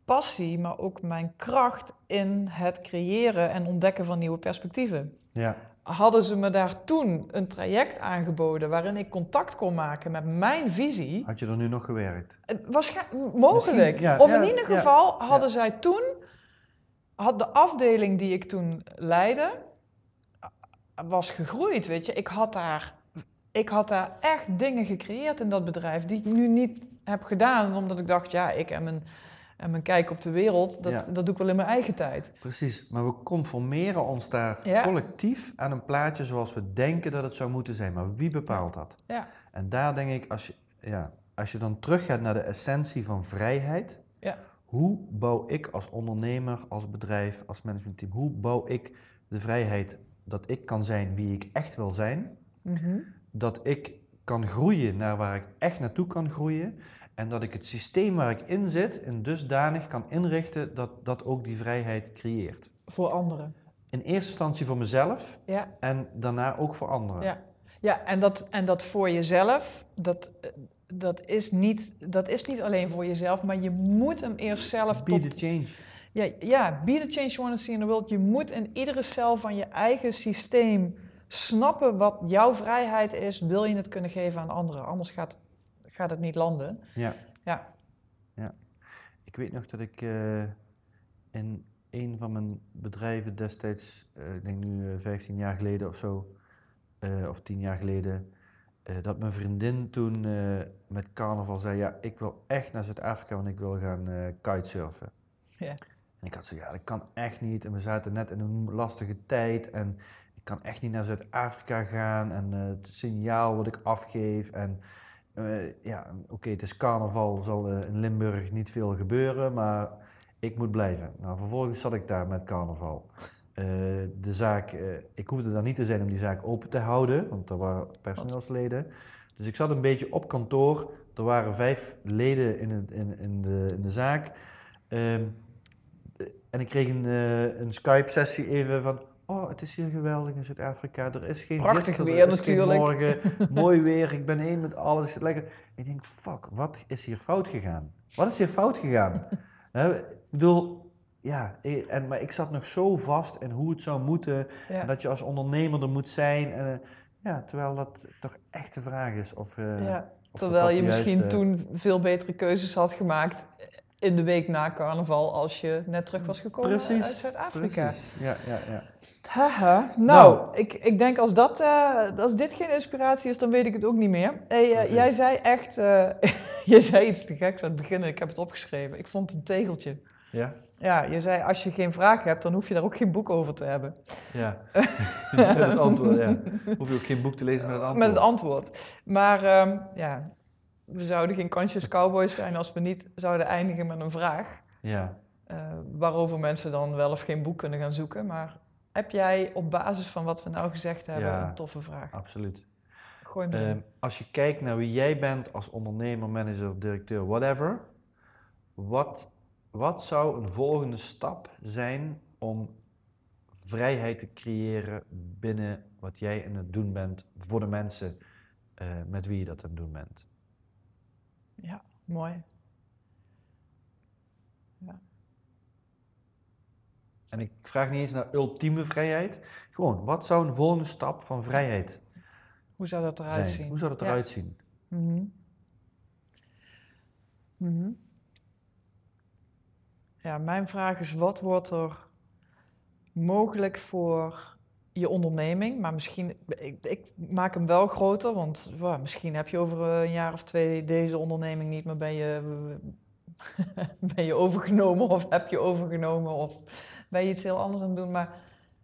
passie, maar ook mijn kracht in het creëren en ontdekken van nieuwe perspectieven. Ja. Hadden ze me daar toen een traject aangeboden waarin ik contact kon maken met mijn visie... Had je er nu nog gewerkt? Mogelijk. Ja, of in ieder geval hadden zij toen... Had de afdeling die ik toen leidde, was gegroeid, weet je. Ik had daar echt dingen gecreëerd in dat bedrijf die ik nu niet heb gedaan, omdat ik dacht, ja, ik en mijn kijk op de wereld, dat doe ik wel in mijn eigen tijd. Precies, maar we conformeren ons daar collectief aan een plaatje zoals we denken dat het zou moeten zijn. Maar wie bepaalt dat? Ja. En daar denk ik, als je dan teruggaat naar de essentie van vrijheid, hoe bouw ik als ondernemer, als bedrijf, als managementteam, hoe bouw ik de vrijheid dat ik kan zijn wie ik echt wil zijn, dat ik kan groeien naar waar ik echt naartoe kan groeien en dat ik het systeem waar ik in zit in dusdanig kan inrichten dat ook die vrijheid creëert. Voor anderen. In eerste instantie voor mezelf en daarna ook voor anderen. Ja, en dat voor jezelf, dat is niet alleen voor jezelf, maar je moet hem eerst zelf Be the change. Ja, be the change you want to see in the world. Je moet in iedere cel van je eigen systeem snappen wat jouw vrijheid is. Wil je het kunnen geven aan anderen? Anders gaat het niet landen. Ja. Ik weet nog dat ik in een van mijn bedrijven destijds, ik denk nu 15 jaar geleden of zo, of 10 jaar geleden, dat mijn vriendin toen met carnaval zei, ja, ik wil echt naar Zuid-Afrika, want ik wil gaan kitesurfen. Ja. En ik had zo, ja, dat kan echt niet. En we zaten net in een lastige tijd en ik kan echt niet naar Zuid-Afrika gaan. En het signaal wat ik afgeef en oké, het is carnaval, zal in Limburg niet veel gebeuren, maar ik moet blijven. Nou, vervolgens zat ik daar met carnaval. De zaak, ik hoefde daar niet te zijn om die zaak open te houden, want er waren personeelsleden. Dus ik zat een beetje op kantoor. Er waren 5 leden in de zaak. En ik kreeg een Skype-sessie even van, oh, het is hier geweldig in Zuid-Afrika. Er is geen prachtig weer natuurlijk. Morgen, mooi weer, ik ben één met alles. Lekker. Ik denk, fuck, wat is hier fout gegaan? Wat is hier fout gegaan? Ik bedoel... Ja, maar ik zat nog zo vast in hoe het zou moeten en dat je als ondernemer er moet zijn. Terwijl dat toch echt de vraag is of terwijl je juist, misschien toen veel betere keuzes had gemaakt in de week na carnaval als je net terug was gekomen uit Zuid-Afrika. Precies, ja. Haha. Nou, ik denk als dit geen inspiratie is, dan weet ik het ook niet meer. Jij zei echt, je zei iets te geks aan het begin en ik heb het opgeschreven. Ik vond het een tegeltje. Ja? Ja, je zei als je geen vraag hebt, dan hoef je daar ook geen boek over te hebben. Ja, met het antwoord, ja. Hoef je ook geen boek te lezen met het antwoord. Met het antwoord. Maar we zouden geen Conscious Cowboys zijn als we niet zouden eindigen met een vraag. Ja. Waarover mensen dan wel of geen boek kunnen gaan zoeken. Maar heb jij op basis van wat we nou gezegd hebben een toffe vraag? Absoluut. Gooi me in. Als je kijkt naar wie jij bent als ondernemer, manager, directeur, whatever. Wat zou een volgende stap zijn om vrijheid te creëren binnen wat jij aan het doen bent voor de mensen met wie je dat aan het doen bent? Ja, mooi. Ja. En ik vraag niet eens naar ultieme vrijheid. Gewoon, wat zou een volgende stap van vrijheid Hoe zou dat eruit zijn? zien? Hoe zou dat eruit zien? Ja, mijn vraag is, wat wordt er mogelijk voor je onderneming? Maar misschien, ik maak hem wel groter, want misschien heb je over een jaar of 2 deze onderneming niet meer, ben je overgenomen of heb je overgenomen of ben je iets heel anders aan het doen. Maar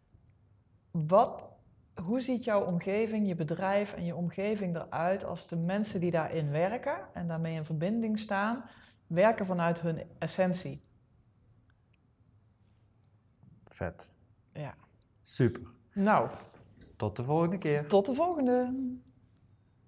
hoe ziet jouw omgeving, je bedrijf en je omgeving eruit als de mensen die daarin werken en daarmee in verbinding staan, werken vanuit hun essentie? Vet. Ja. Super. Nou. Tot de volgende keer. Tot de volgende.